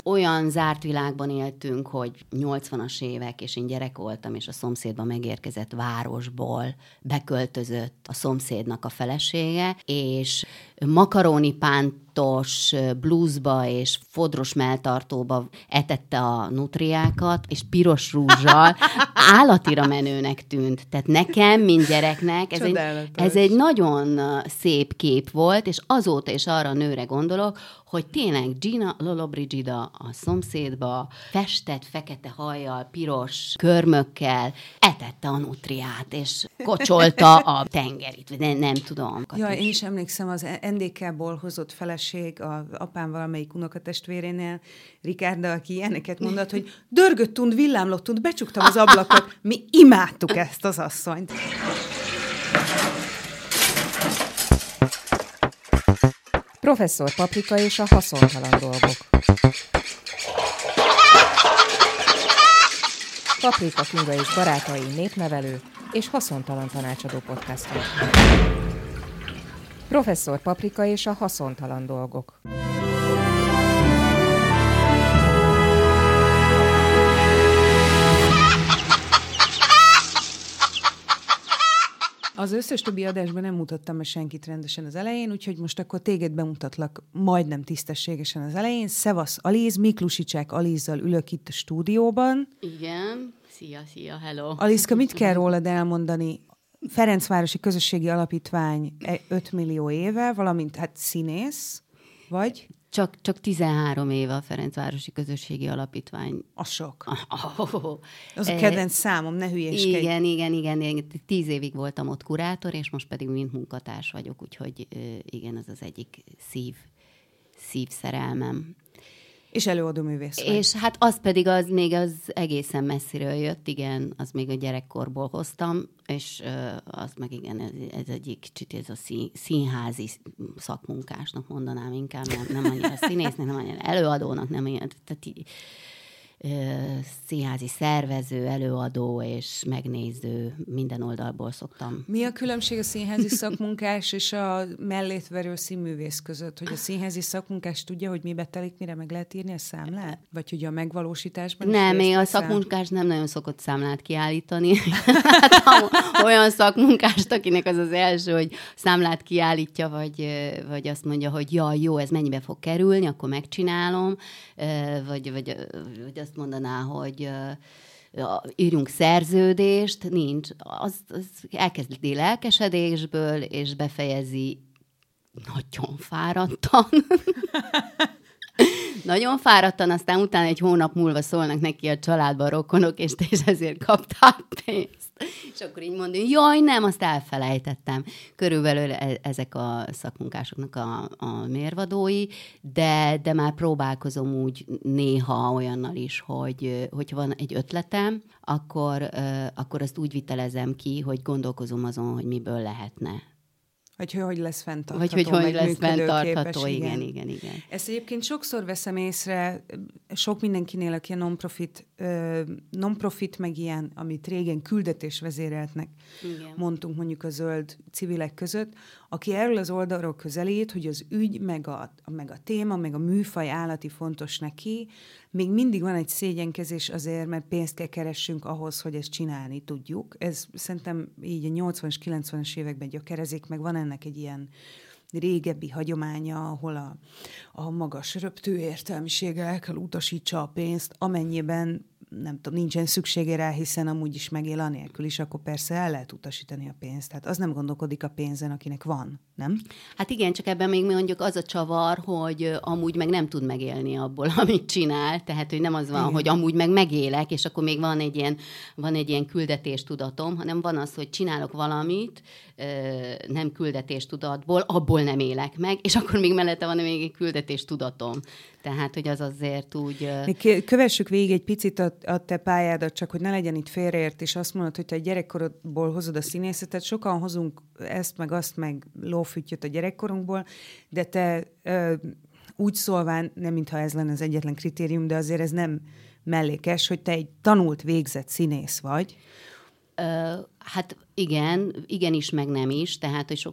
olyan zárt világban éltünk, hogy 80-as évek, és én gyerek voltam, és a szomszédba megérkezett városból beköltözött a szomszédnak a felesége, és makarónipántos blúzba és fodros melltartóba etette a nutriákat, és piros rúzsal állatira menőnek tűnt. Tehát nekem, mint gyereknek, ez egy nagyon szép kép volt, és azóta is arra a nőre gondolok, hogy tényleg Gina Lollobrigida a szomszédba festett fekete hajjal, piros körmökkel etette a nutriát, és kocsolta a tengerit, nem tudom. Ja, én is emlékszem, az NDK-ból hozott feleség a apám valamelyik unokatestvérénél, Ricarda, aki ilyeneket mondott, hogy dörgöttund, villámlottund, becsuktam az ablakot. Mi imádtuk ezt az asszonyt. Professzor Paprika és a haszontalan dolgok. Paprika Kinga és barátai népnevelő és haszontalan tanácsadó podcastok. Professzor Paprika és a haszontalan dolgok. Az összes többi adásban nem mutattam be senkit rendesen az elején, úgyhogy most akkor téged bemutatlak majdnem tisztességesen az elején. Szevasz, Aliz, Miklusicsák Alizzal ülök itt a stúdióban. Igen, szia, hello. Alizka, mit kell rólad elmondani? Ferencvárosi Közösségi Alapítvány 5 millió éve, valamint hát színész vagy? Csak 13 éve a Ferencvárosi Közösségi Alapítvány. Az sok. Az a kedvenc számom, ne hülyéskedj. Igen. 10 évig voltam ott kurátor, és most pedig mint munkatárs vagyok, úgyhogy igen, ez az egyik szívszerelmem. És előadó művész vagy. És hát az pedig még az egészen messziről jött, igen, az még a gyerekkorból hoztam, és az meg igen, ez egyik kicsit ez a színházi szakmunkásnak mondanám inkább, nem annyira színésznek, nem annyira előadónak, nem annyira, tehát színházi szervező, előadó és megnéző, minden oldalból szoktam. Mi a különbség a színházi szakmunkás és a mellétverő színművész között? Hogy a színházi szakmunkás tudja, hogy mibe telik, mire meg lehet írni a számlát? Vagy hogy a megvalósításban nem, még a szakmunkás nem nagyon szokott számlát kiállítani. Olyan szakmunkást, akinek az az első, hogy számlát kiállítja, vagy azt mondja, hogy jaj, jó, ez mennyibe fog kerülni, akkor megcsinálom, vagy azt mondaná, hogy írjunk szerződést, nincs. Az elkezdi lelkesedésből, és befejezi nagyon fáradtan. Nagyon fáradtan, aztán utána egy hónap múlva szólnak neki a családban rokonok, és te is ezért kaptál pénzt. És akkor így mondom, jaj, nem, azt elfelejtettem. Körülbelül ezek a szakmunkásoknak a mérvadói, de már próbálkozom úgy néha olyannal is, hogyha van egy ötletem, akkor azt úgy vitelezem ki, hogy gondolkozom azon, hogy miből lehetne. Hogy lesz fenntartható. Vagy hogy lesz fenntartható, igen. Ezt egyébként sokszor veszem észre, sok mindenkinél, aki a non-profit meg ilyen, amit régen küldetésvezéreltnek mondtunk mondjuk a zöld civilek között, aki erről az oldalról közelít, hogy az ügy, meg a téma, meg a műfaj állati fontos neki, még mindig van egy szégyenkezés azért, mert pénzt kell keressünk ahhoz, hogy ezt csinálni tudjuk. Ez szerintem így a 80-as, 90-es években gyökerezik, meg van ennek egy ilyen régebbi hagyománya, ahol a magas röptű értelmisége el kell utasítsa a pénzt, amennyiben nem tudom, nincsen szüksége rá, hiszen amúgy is megél anélkül is, akkor persze el lehet utasítani a pénzt. Tehát az nem gondolkodik a pénzen, akinek van, nem? Hát igen, csak ebben még mondjuk az a csavar, hogy amúgy meg nem tud megélni abból, amit csinál, tehát hogy nem az van, igen, hogy amúgy meg megélek, és akkor még van egy ilyen küldetéstudatom, hanem van az, hogy csinálok valamit, nem küldetéstudatból, abból nem élek meg, és akkor még mellette van még egy küldetéstudatom. Tehát, hogy az azért úgy... Kövessük végig egy picit a te pályádat, csak hogy ne legyen itt félreért, és azt mondod, hogy te a gyerekkorodból hozod a színészetet, sokan hozunk ezt, meg azt, meg lófüttyöt a gyerekkorunkból, de te úgy szólván, nem mintha ez lenne az egyetlen kritérium, de azért ez nem mellékes, hogy te egy tanult, végzett színész vagy. Hát igen is, meg nem is, tehát hogy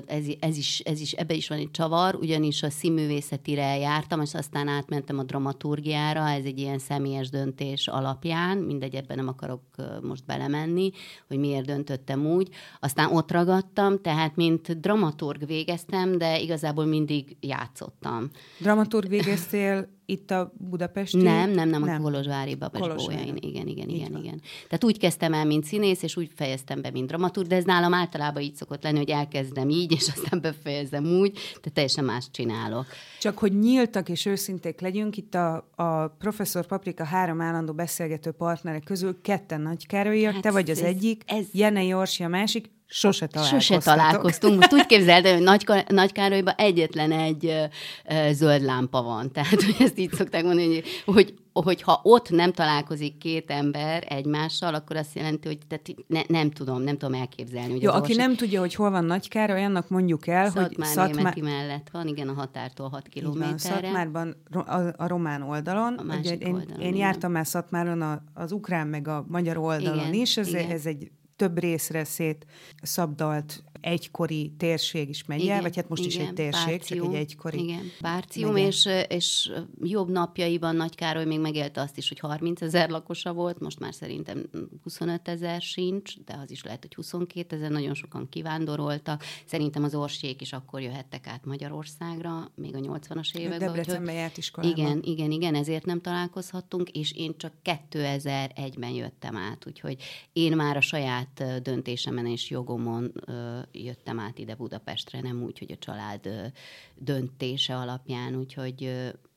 ez is, ebbe is van egy csavar, ugyanis a színművészetire jártam, és aztán átmentem a dramaturgiára, ez egy ilyen személyes döntés alapján, mindegy, ebben nem akarok most belemenni, hogy miért döntöttem úgy. Aztán ott ragadtam, tehát mint dramaturg végeztem, de igazából mindig játszottam. Dramaturg végeztél itt a budapesti? Nem, a Kolozsvári Babesbójain. Igen. Tehát úgy kezdtem el, mint színész, és úgy fejeztem be, mint dramaturg, de ez nálam általában így szokott lenni, hogy elkezdem így, és aztán befejezem úgy, de teljesen más csinálok. Csak hogy nyíltak és őszinték legyünk, itt a Professzor Paprika 3 állandó beszélgető partnere közül 2 Nagykárolyiak, te vagy az egyik, Jenei Orsi a másik, Sose találkoztunk. Most úgy képzeld el, hogy Nagykárolyban egyetlen egy zöld lámpa van. Tehát, hogy ezt így szokták mondani, hogy ha ott nem találkozik 2 ember egymással, akkor azt jelenti, hogy nem tudom elképzelni. Hogy jó, aki nem tudja, hogy hol van Nagykároly, annak mondjuk el, hogy Szatmár mellett van, igen, a határtól 6 kilométerre. Szatmárban a román oldalon. A másik oldalon. Én jártam már Szatmáron az ukrán meg a magyar oldalon is, ez egy több részre szabdalt egykori térség is megy el, vagy hát most is egy térség, Párcium, csak egy egykori. Igen, Párcium, és jobb napjaiban Nagykároly még megélte azt is, hogy 30 000 lakosa volt, most már szerintem 25 000 sincs, de az is lehet, hogy 22 000, nagyon sokan kivándoroltak. Szerintem az Orsiék is akkor jöhettek át Magyarországra, még a 80-as években. Debrecenben járt iskolában. Igen, ezért nem találkozhattunk, és én csak 2001-ben jöttem át, úgyhogy én már a saját döntésemen és jogomon jöttem át ide Budapestre, nem úgy, hogy a család döntése alapján, úgyhogy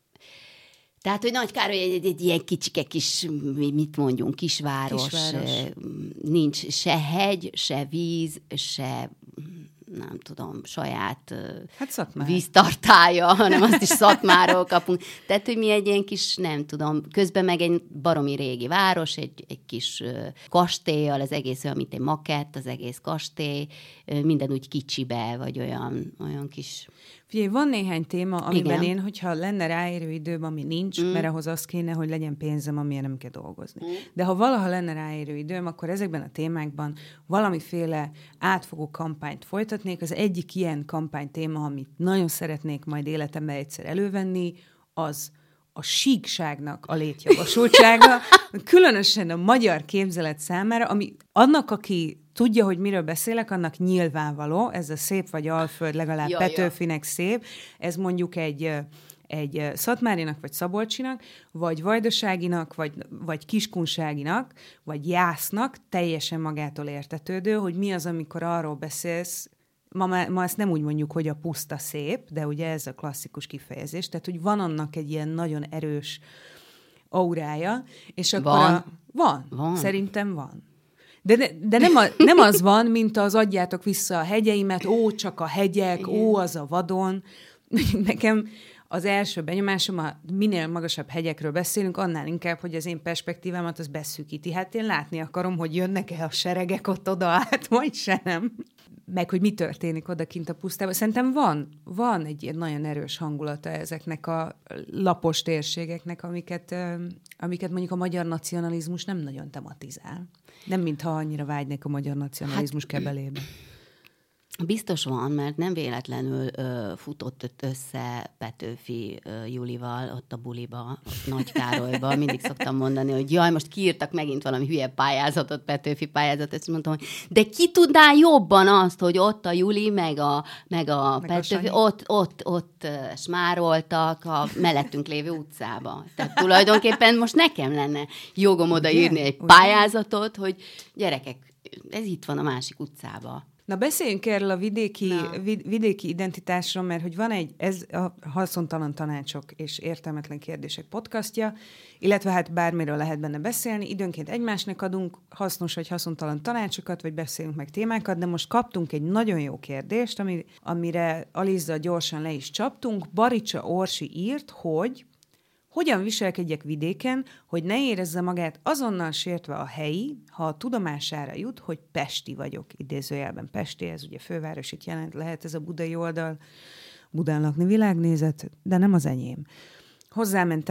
tehát, hogy Nagykároly egy ilyen kicsike kis, mit mondjunk, kisváros. Nincs se hegy, se víz, se nem tudom, saját víztartálya, hanem azt is Szatmárról kapunk. Tehát, hogy mi egy ilyen kis, nem tudom, közben meg egy baromi régi város, egy kis kastélyal, az egész olyan, mint egy makett, az egész kastély, minden úgy kicsibe, vagy olyan kis... Figyelj, van néhány téma, amiben én, hogyha lenne ráérő időm, ami nincs, mert ahhoz az kéne, hogy legyen pénzem, amilyen nem kell dolgozni. De ha valaha lenne ráérő időm, akkor ezekben a témákban valamiféle átfogó kampányt folytatnék. Az egyik ilyen kampánytéma, amit nagyon szeretnék majd életemben egyszer elővenni, az a síkságnak a létjogosultsága, különösen a magyar képzelet számára, ami annak, aki tudja, hogy miről beszélek, annak nyilvánvaló, ez a Szép vagy Alföld, legalább Petőfinek szép, ez mondjuk egy Szatmárinak, vagy Szabolcsinak, vagy Vajdaságinak, vagy Kiskunságinak, vagy Jásznak teljesen magától értetődő, hogy mi az, amikor arról beszélsz, ma ezt nem úgy mondjuk, hogy a puszta szép, de ugye ez a klasszikus kifejezés, tehát hogy van annak egy ilyen nagyon erős aurája, és akkor van. Szerintem van. De nem az van, mint az adjátok vissza a hegyeimet, csak a hegyek, igen. Az a vadon. Nekem az első benyomásom, minél magasabb hegyekről beszélünk, annál inkább, hogy az én perspektívámat az beszűkíti. Hát én látni akarom, hogy jönnek-e a seregek ott oda át, vagy se nem. Meg, hogy mi történik odakint a pusztában. Szerintem van egy ilyen nagyon erős hangulata ezeknek a lapos térségeknek, amiket mondjuk a magyar nacionalizmus nem nagyon tematizál. Nem mintha annyira vágynék a magyar nacionalizmus kebelébe. Biztos van, mert nem véletlenül futott össze Petőfi Julival ott a buliba, ott Nagykárolyba. Mindig szoktam mondani, hogy jaj, most kiírtak megint valami hülye pályázatot, Petőfi pályázatot, és mondtam, hogy de ki tudná jobban azt, hogy ott a Juli, meg a Petőfi, ott smároltak a mellettünk lévő utcába. Tehát tulajdonképpen most nekem lenne jogom odaírni egy pályázatot, hogy gyerekek, ez itt van a másik utcába. Na, beszéljünk erről a vidéki identitásról, mert hogy van ez a Haszontalan tanácsok és értelmetlen kérdések podcastja, illetve hát bármiről lehet benne beszélni. Időnként egymásnak adunk hasznos vagy haszontalan tanácsokat, vagy beszélünk meg témákat, de most kaptunk egy nagyon jó kérdést, amire Alizzal gyorsan le is csaptunk. Baricsa Orsi írt, hogy hogyan viselkedjek vidéken, hogy ne érezze magát azonnal sértve a helyi, ha a tudomására jut, hogy pesti vagyok, idézőjelben pesti, ez ugye fővárosit jelent, lehet ez a budai oldal, Budán lakni világnézet, de nem az enyém. Hozzámentem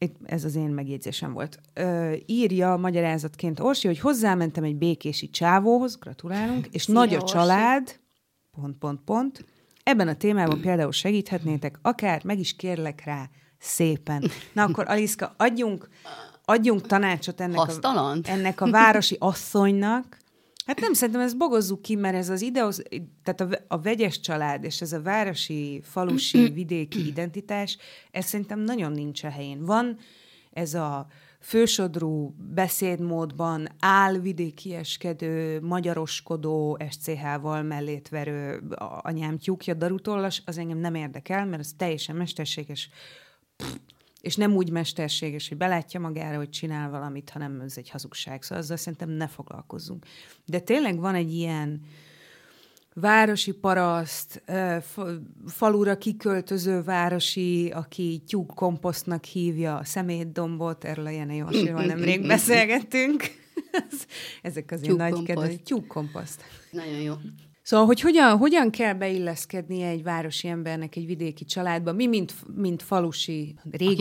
ez az én megjegyzésem volt. Írja magyarázatként Orsi, hogy hozzámentem egy békési csávóhoz, gratulálunk, és szia, nagy a család, ... Ebben a témában például segíthetnétek, akár meg is kérlek rá szépen. Na akkor, Aliszka, adjunk tanácsot ennek a városi asszonynak. Hát nem, szerintem ezt bogozzuk ki, mert ez az tehát a vegyes család és ez a városi, falusi, vidéki identitás, ez szerintem nagyon nincs a helyén. Van ez a fősodrú beszédmódban álvidékieskedő, magyaroskodó, SCH-val mellétverő anyám tyúkja darutollas, az engem nem érdekel, mert az teljesen mesterséges, és nem úgy mesterséges, hogy belátja magára, hogy csinál valamit, hanem ez egy hazugság. Szóval azzal szerintem ne foglalkozzunk. De tényleg van egy ilyen városi paraszt, falura kiköltöző városi, aki tyúkkomposztnak hívja a szemétdombot, erről a Jenei Orsival nemrég beszélgettünk. Ezek az én nagy kedves. Tyúkkomposzt. Nagyon jó. Szóval, hogy hogyan kell beilleszkednie egy városi embernek egy vidéki családba? Mi, mint falusi,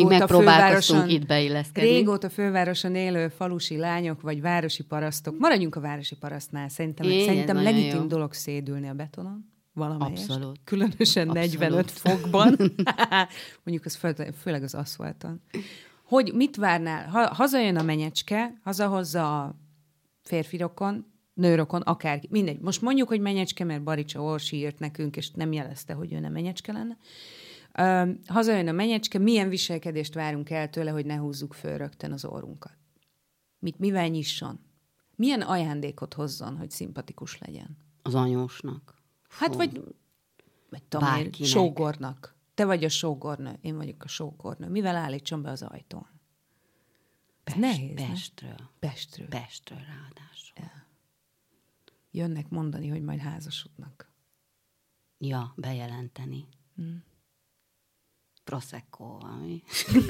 régóta fővároson élő falusi lányok, vagy városi parasztok. Maradjunk a városi parasztnál. Szerintem legitim dolog szédülni a betonon. Valamelyest. Abszolút. Különösen abszolút. 45 fokban. Mondjuk az főleg az aszfalton. Hogy mit várnál? Hazajön a menyecske, hazahozza a férfi rokon, nőrokon, akárki, mindegy. Most mondjuk, hogy menyecske, mert Baricsa Orsi írt nekünk, és nem jelezte, hogy ő nem menyecske lenne. Hazajön a menyecske, milyen viselkedést várunk el tőle, hogy ne húzzuk föl rögtön az orrunkat? Mivel nyisson? Milyen ajándékot hozzon, hogy szimpatikus legyen? Az anyósnak. Hát vagy sógornak. Te vagy a sógornő, én vagyok a sógornő. Mivel állítson be az ajtón? Ez nehéz, Pestről ráadásul. Ja. Jönnek mondani, hogy majd házasodnak. Ja, bejelenteni. Prosecco, ami.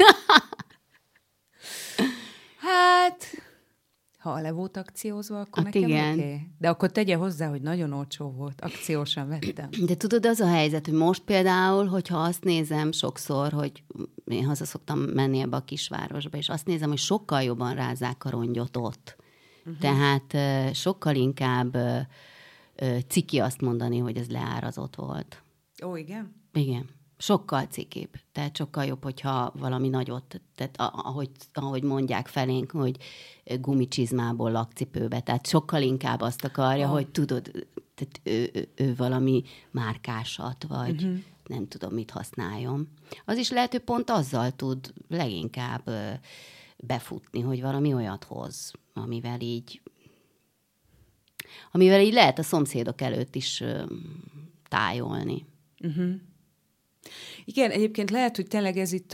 Hát, ha le volt akciózva, akkor hát nekem igen. Okay. De akkor tegye hozzá, hogy nagyon olcsó volt. Akciósan vettem. De tudod, az a helyzet, hogy most például, hogyha azt nézem sokszor, hogy én haza szoktam menni ebbe a kisvárosba, és azt nézem, hogy sokkal jobban rázzák a rongyot ott. Tehát sokkal inkább ciki azt mondani, hogy ez leárazott volt. Ó, igen? Igen. Sokkal cikibb. Tehát sokkal jobb, hogyha valami nagyot, tehát ahogy mondják felénk, hogy gumicsizmából lakcipőbe. Tehát sokkal inkább azt akarja, hogy tudod, tehát ő valami márkásat, vagy nem tudom, mit használjon. Az is lehet, hogy pont azzal tud leginkább befutni, hogy valami olyat hoz, amivel így lehet a szomszédok előtt is tájolni. Igen, egyébként lehet, hogy tényleg ez itt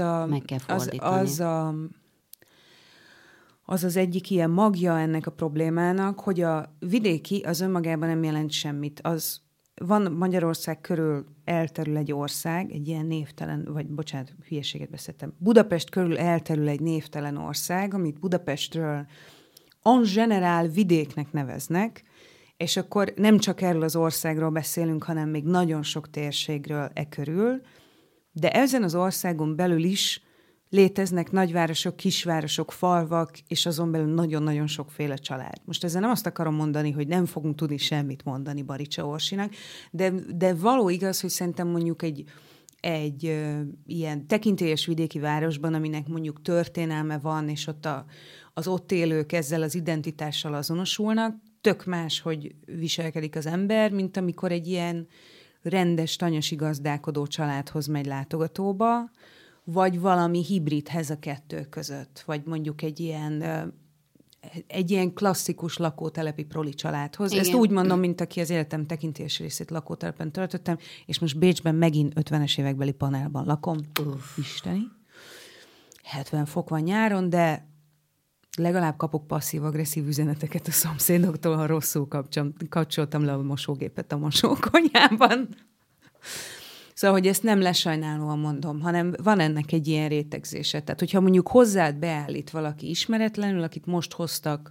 az egyik ilyen magja ennek a problémának, hogy a vidéki az önmagában nem jelent semmit. Van Magyarország körül elterül egy ország, egy ilyen névtelen, vagy bocsánat, hülyeséget beszéltem. Budapest körül elterül egy névtelen ország, amit Budapestről en general vidéknek neveznek, és akkor nem csak erről az országról beszélünk, hanem még nagyon sok térségről körül, de ezen az országon belül is léteznek nagyvárosok, kisvárosok, falvak, és azon belül nagyon-nagyon sokféle család. Most ezzel nem azt akarom mondani, hogy nem fogunk tudni semmit mondani Baricsa Orsinak, de való igaz, hogy szerintem mondjuk egy ilyen tekintélyes vidéki városban, aminek mondjuk történelme van, és ott az ott élők ezzel az identitással azonosulnak, tök más, hogy viselkedik az ember, mint amikor egy ilyen rendes, tanyasi gazdálkodó családhoz megy látogatóba, vagy valami hibridhez a kettő között, vagy mondjuk egy ilyen klasszikus lakótelepi proli családhoz. Igen. Ezt úgy mondom, mint aki az életem tekintélyes részét lakótelepen töltöttem, és most Bécsben megint 50-es évekbeli panelban lakom. Isteni. 70 fok van nyáron, de legalább kapok passzív-agresszív üzeneteket a szomszédoktól, ha rosszul kapcsoltam le a mosógépet a mosókonyhában. Szóval, hogy ezt nem lesajnálóan mondom, hanem van ennek egy ilyen rétegzése. Tehát, hogyha mondjuk hozzád beállít valaki ismeretlenül, akit most hoztak,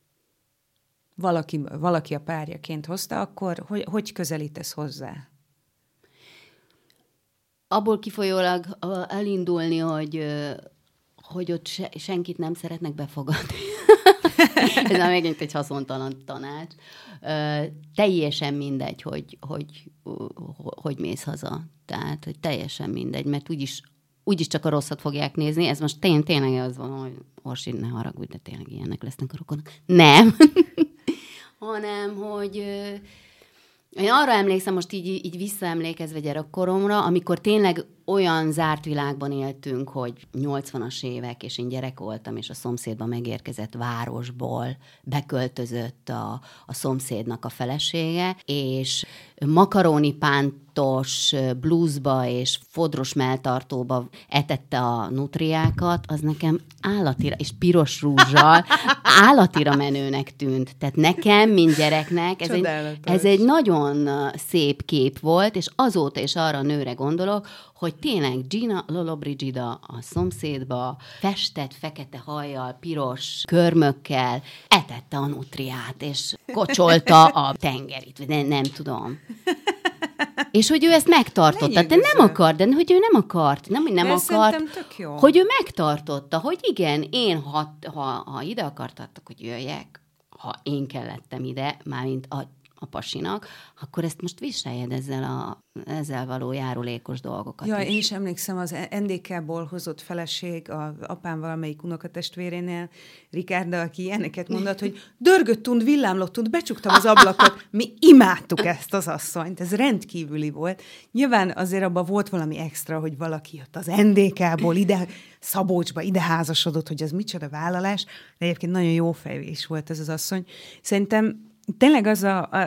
valaki a párjaként hozta, akkor hogy közelítesz hozzá? Abból kifolyólag elindulni, hogy ott senkit nem szeretnek befogadni. Ez már megint egy haszontalan tanács. Teljesen mindegy, hogy mész haza. Tehát, hogy teljesen mindegy, mert úgyis csak a rosszat fogják nézni. Ez most tényleg az van, hogy Orsi, ne haragudj, de tényleg ilyenek lesznek a rokonok. Nem. Hanem, hogy én arra emlékszem, most így visszaemlékezve gyerekkoromra, amikor tényleg olyan zárt világban éltünk, hogy 80-as évek, és én gyerek voltam, és a szomszédban megérkezett városból beköltözött a szomszédnak a felesége, és makarónipántos blúzba és fodros melltartóba etette a nutriákat, az nekem állatira, és piros rúzsal állatira menőnek tűnt. Tehát nekem, mint gyereknek, ez egy nagyon szép kép volt, és azóta is arra a nőre gondolok, hogy tényleg Gina Lollobrigida a szomszédba festett fekete hajjal, piros körmökkel etette a nutriát, és kocsolta a tengerit, vagy nem tudom. És hogy ő ezt megtartotta. De nem akart, de hogy ő nem akart. Nem akart, hogy ő megtartotta, hogy igen, én, ha ide akartatok, hogy jöjjek, ha én kellettem ide, mármint a pasinak, akkor ezt most viseljed ezzel való járulékos dolgokat is. Én is emlékszem, az NDK-ból hozott feleség, az apám valamelyik unokatestvérénél, Rikárda, aki ilyeneket mondott, hogy dörgöttund, villámlottund, becsuktam az ablakot. Mi imádtuk ezt az asszonyt, ez rendkívüli volt. Nyilván azért abban volt valami extra, hogy valaki jött az NDK-ból ide, Szabolcsba, ide házasodott, hogy az micsoda vállalás, de egyébként nagyon jó fejű is volt ez az asszony. Szerintem tényleg az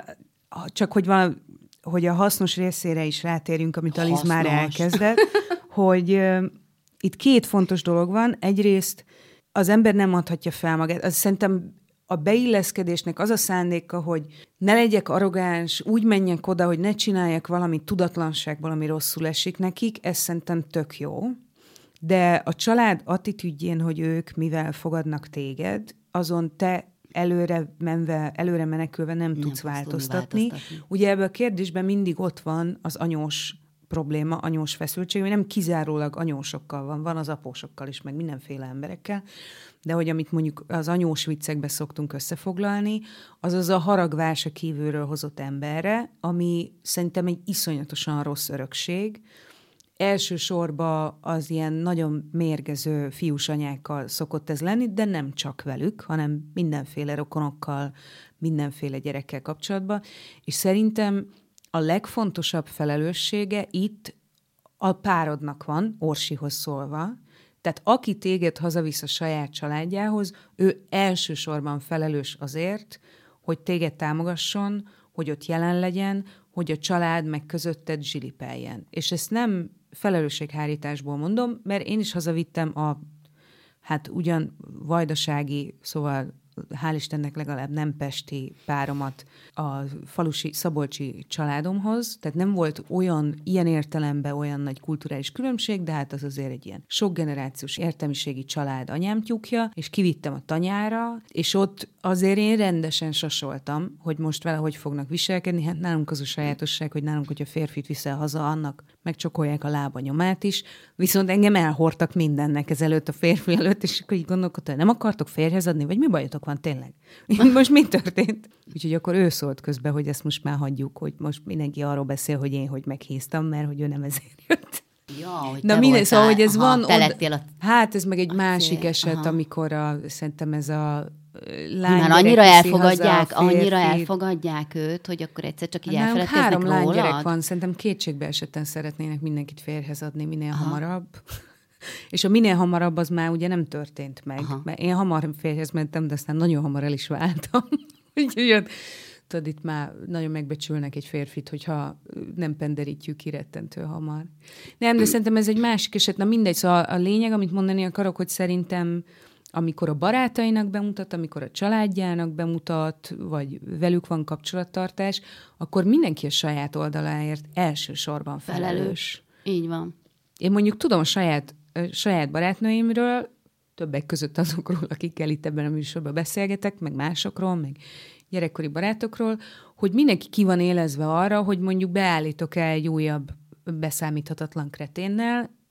csak hogy a hasznos részére is rátérjünk, amit a Liz már elkezdett, hogy itt két fontos dolog van. Egyrészt az ember nem adhatja fel magát. Az szerintem a beilleszkedésnek az a szándéka, hogy ne legyek arrogáns, úgy menjek oda, hogy ne csináljak valamit tudatlanságból, ami rosszul esik nekik, ez szerintem tök jó. De a család attitűdjén, hogy ők mivel fogadnak téged, azon te előre menekülve nem tudsz változtatni. Ugye ebben a kérdésben mindig ott van az anyós probléma, anyós feszültség, ami nem kizárólag anyósokkal van az apósokkal is, meg mindenféle emberekkel, de hogy amit mondjuk az anyós viccekbe szoktunk összefoglalni, az a haragvás a kívülről hozott emberre, ami szerintem egy iszonyatosan rossz örökség. Elsősorban az ilyen nagyon mérgező fiús anyákkal szokott ez lenni, de nem csak velük, hanem mindenféle rokonokkal, mindenféle gyerekkel kapcsolatban. És szerintem a legfontosabb felelőssége itt a párodnak van, Orsihoz szólva. Tehát aki téged hazavisz a saját családjához, ő elsősorban felelős azért, hogy téged támogasson, hogy ott jelen legyen, hogy a család meg közötted zsilipeljen. És ezt nem felelősséghárításból mondom, mert én is hazavittem ugyan vajdasági, szóval hál' Istennek legalább nem pesti páromat a falusi szabolcsi családomhoz, tehát nem volt ilyen értelemben olyan nagy kulturális különbség, de hát az azért egy ilyen sok generációs értelmiségi család anyám tyúkja, és kivittem a tanyára, és ott azért én rendesen sasoltam, hogy most vele hogy fognak viselkedni. Hát nálunk az a sajátosság, hogy nálunk, hogyha férfit viszel haza, annak megcsokolják a lábanyomát is, viszont engem elhordtak mindennek ezelőtt a férfi előtt, és akkor így gondolkodtam, nem akartok férjhez adni, vagy mi bajotok van tényleg? Most mi történt? Úgyhogy akkor ő szólt közben, hogy ezt most már hagyjuk, hogy most mindenki arról beszél, hogy én hogy meghíztam, mert hogy ő nem ezért jött. Ja, hogy na minden, szóval, hogy ez van. Hát ez meg egy másik eset, amikor szerintem ez a lány. Már annyira elfogadják őt, hogy akkor egyszer csak így elfeledkeznek 3 lánygyerek van, szerintem kétségbe esetten szeretnének mindenkit férjhez adni minél hamarabb. És a minél hamarabb az már ugye nem történt meg. Mert én hamar férjhez mentem, de aztán nagyon hamar el is váltam. Úgyhogy tudod, itt már nagyon megbecsülnek egy férfit, hogyha nem penderítjük ki rettentő hamar. Nem, de szerintem ez egy másik eset. Na mindegy, szóval a lényeg, amit mondani akarok, hogy szerintem amikor a barátainak bemutat, amikor a családjának bemutat, vagy velük van kapcsolattartás, akkor mindenki a saját oldaláért elsősorban felelős. Így van. Én mondjuk tudom a saját barátnőimről, többek között azokról, akikkel itt ebben a műsorban beszélgetek, meg másokról, meg gyerekkori barátokról, hogy mindenki ki van élezve arra, hogy mondjuk beállítok el egy újabb beszámíthatatlan kreténnel,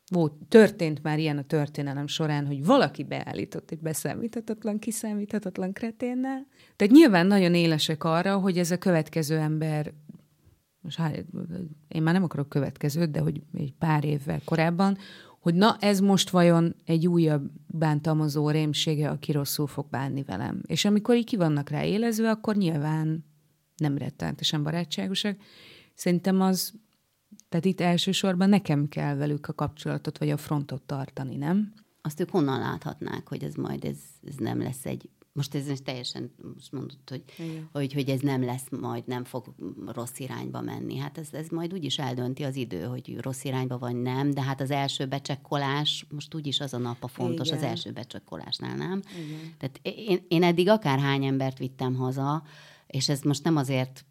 történt már ilyen a történelem során, hogy valaki beállított egy beszámíthatatlan, kiszámíthatatlan kreténnel. Tehát nyilván nagyon élesek arra, hogy ez a következő ember, most én már nem akarok következőt, de hogy egy pár évvel korábban, hogy na, ez most vajon egy újabb bántalmazó rémsége, aki rosszul fog bánni velem. És amikor így ki vannak rá élezve, akkor nyilván nem rettenetesen barátságosak. Szerintem tehát itt elsősorban nekem kell velük a kapcsolatot, vagy a frontot tartani, nem? Azt ők honnan láthatnák, hogy ez majd ez nem lesz egy... Most ez teljesen, most mondod, hogy ez nem lesz majd, nem fog rossz irányba menni. Hát ez majd úgyis eldönti az idő, hogy rossz irányba vagy nem, de hát az első becsekkolás, most úgyis az a nap a fontos. Igen. Az első becsekkolásnál, nem? Igen. Tehát én eddig akárhány embert vittem haza, és ez most nem azért...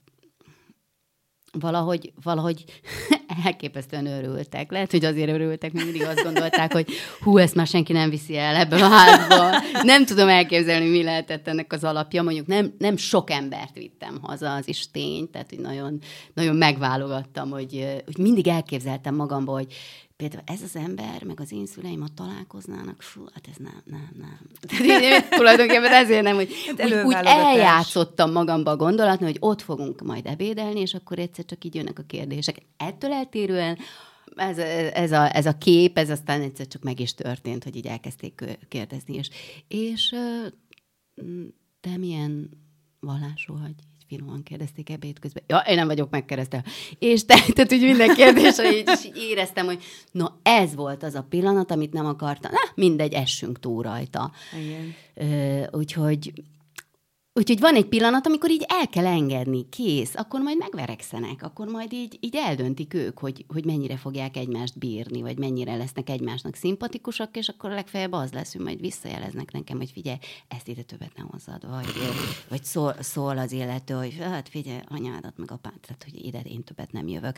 Valahogy elképesztően örültek. Lehet, hogy azért örültek, mert mindig azt gondolták, hogy ezt már senki nem viszi el ebbe a házba. Nem tudom elképzelni, mi lehetett ennek az alapja. Mondjuk nem sok embert vittem haza, az is tény. Tehát, hogy nagyon, nagyon megválogattam, hogy mindig elképzeltem magamba, hogy például ez az ember, meg az én szüleim, ha találkoznának, hát ez nem. Tehát tulajdonképpen ezért nem, hogy úgy eljátszottam magamba a gondolatni, hogy ott fogunk majd ebédelni, és akkor egyszer csak így jönnek a kérdések. Ettől eltérően ez a kép, ez aztán egyszer csak meg is történt, hogy így elkezdték kérdezni. És te milyen vallású vagy? Finoman kérdezték ebéd közben. Ja, én nem vagyok megkeresztelve. És tehát úgy minden kérdésre így éreztem, hogy ez volt az a pillanat, amit nem akartam. Mindegy, essünk túl rajta. Igen. Úgyhogy van egy pillanat, amikor így el kell engedni, kész, akkor majd megverekszenek, akkor majd így eldöntik ők, hogy mennyire fogják egymást bírni, vagy mennyire lesznek egymásnak szimpatikusak, és akkor legfeljebb az lesz, hogy majd visszajeleznek nekem, hogy figyelj, ezt ide többet nem hozzad, vagy szól az illető, hogy hát figyelj, anyádat meg apád, tehát hogy ide én többet nem jövök.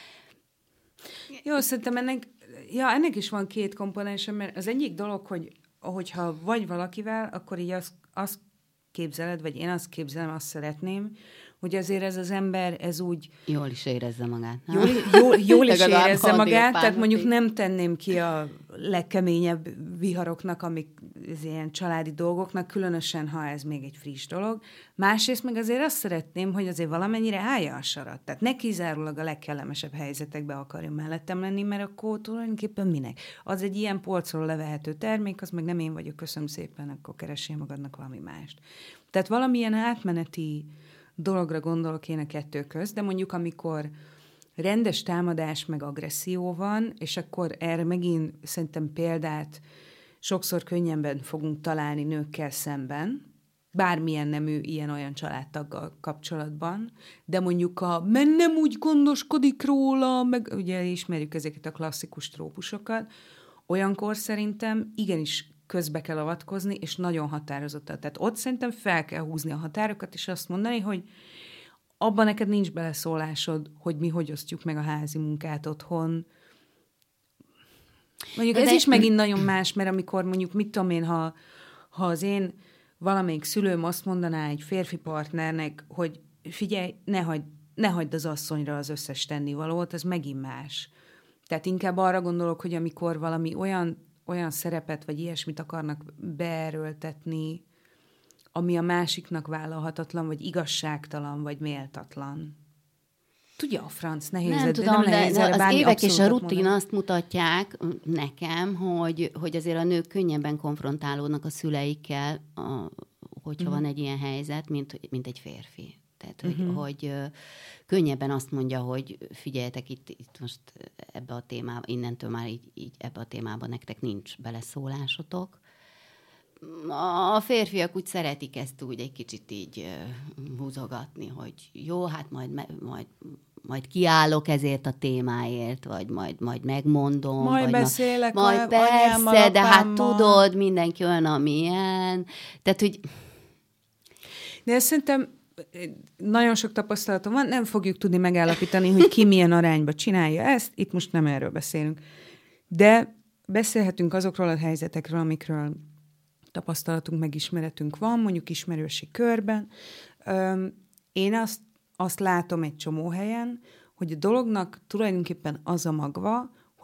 Jó, szerintem ennek is van két komponense, mert az egyik dolog, hogyha vagy valakivel, akkor így azt képzeled, vagy én azt képzelem, azt szeretném, hogy azért ez az ember, ez úgy... Jól is érezze magát. Jól is érezze magát, tehát mondjuk nem tenném ki a legkeményebb viharoknak, amik az ilyen családi dolgoknak, különösen, ha ez még egy friss dolog. Másrészt meg azért azt szeretném, hogy azért valamennyire állja a sarat. Tehát ne kizárólag a legkellemesebb helyzetekbe akarjon mellettem lenni, mert akkor tulajdonképpen minek? Az egy ilyen polcról levehető termék, az meg nem én vagyok, köszönöm szépen, akkor keressél magadnak valami mást. Tehát valamilyen átmeneti dologra gondolok én a kettő közt, de mondjuk amikor rendes támadás meg agresszió van, és akkor erre megint szerintem példát sokszor könnyebben fogunk találni nőkkel szemben, bármilyen nemű ilyen-olyan családtaggal kapcsolatban, de mondjuk mert nem úgy gondoskodik róla, meg ugye ismerjük ezeket a klasszikus trópusokat, olyankor szerintem igenis közbe kell avatkozni, és nagyon határozottan. Tehát ott szerintem fel kell húzni a határokat, és azt mondani, hogy abban neked nincs beleszólásod, hogy mi hogy osztjuk meg a házi munkát otthon. Mondjuk ez is megint nagyon más, mert amikor mondjuk, mit tudom én, ha az én valamelyik szülőm azt mondaná egy férfi partnernek, hogy figyelj, ne hagyd az asszonyra az összes tennivalót, az megint más. Tehát inkább arra gondolok, hogy amikor valami olyan szerepet, vagy ilyesmit akarnak beerőltetni, ami a másiknak vállalhatatlan, vagy igazságtalan, vagy méltatlan. Tudja a franc, nehéz. Nem tudom, de az évek és a rutin mondani. Azt mutatják nekem, hogy azért a nők könnyebben konfrontálódnak a szüleikkel, hogyha van egy ilyen helyzet, mint egy férfi. Tehát, hogy könnyebben azt mondja, hogy figyeljetek, itt most ebbe a témába, innentől már így ebbe a témában nektek nincs beleszólásotok. A férfiak úgy szeretik ezt úgy egy kicsit így húzogatni, hogy jó, hát majd kiállok ezért a témáért, vagy majd megmondom. Majd beszélek majd persze, de hát tudod, mindenki olyan, amilyen. Tehát, hogy... De szerintem nagyon sok tapasztalatom van, nem fogjuk tudni megállapítani, hogy ki milyen arányba csinálja ezt, itt most nem erről beszélünk. De beszélhetünk azokról a helyzetekről, amikről tapasztalatunk, megismeretünk van, mondjuk ismerősi körben. Én azt látom egy csomó helyen, hogy a dolognak tulajdonképpen az a magva,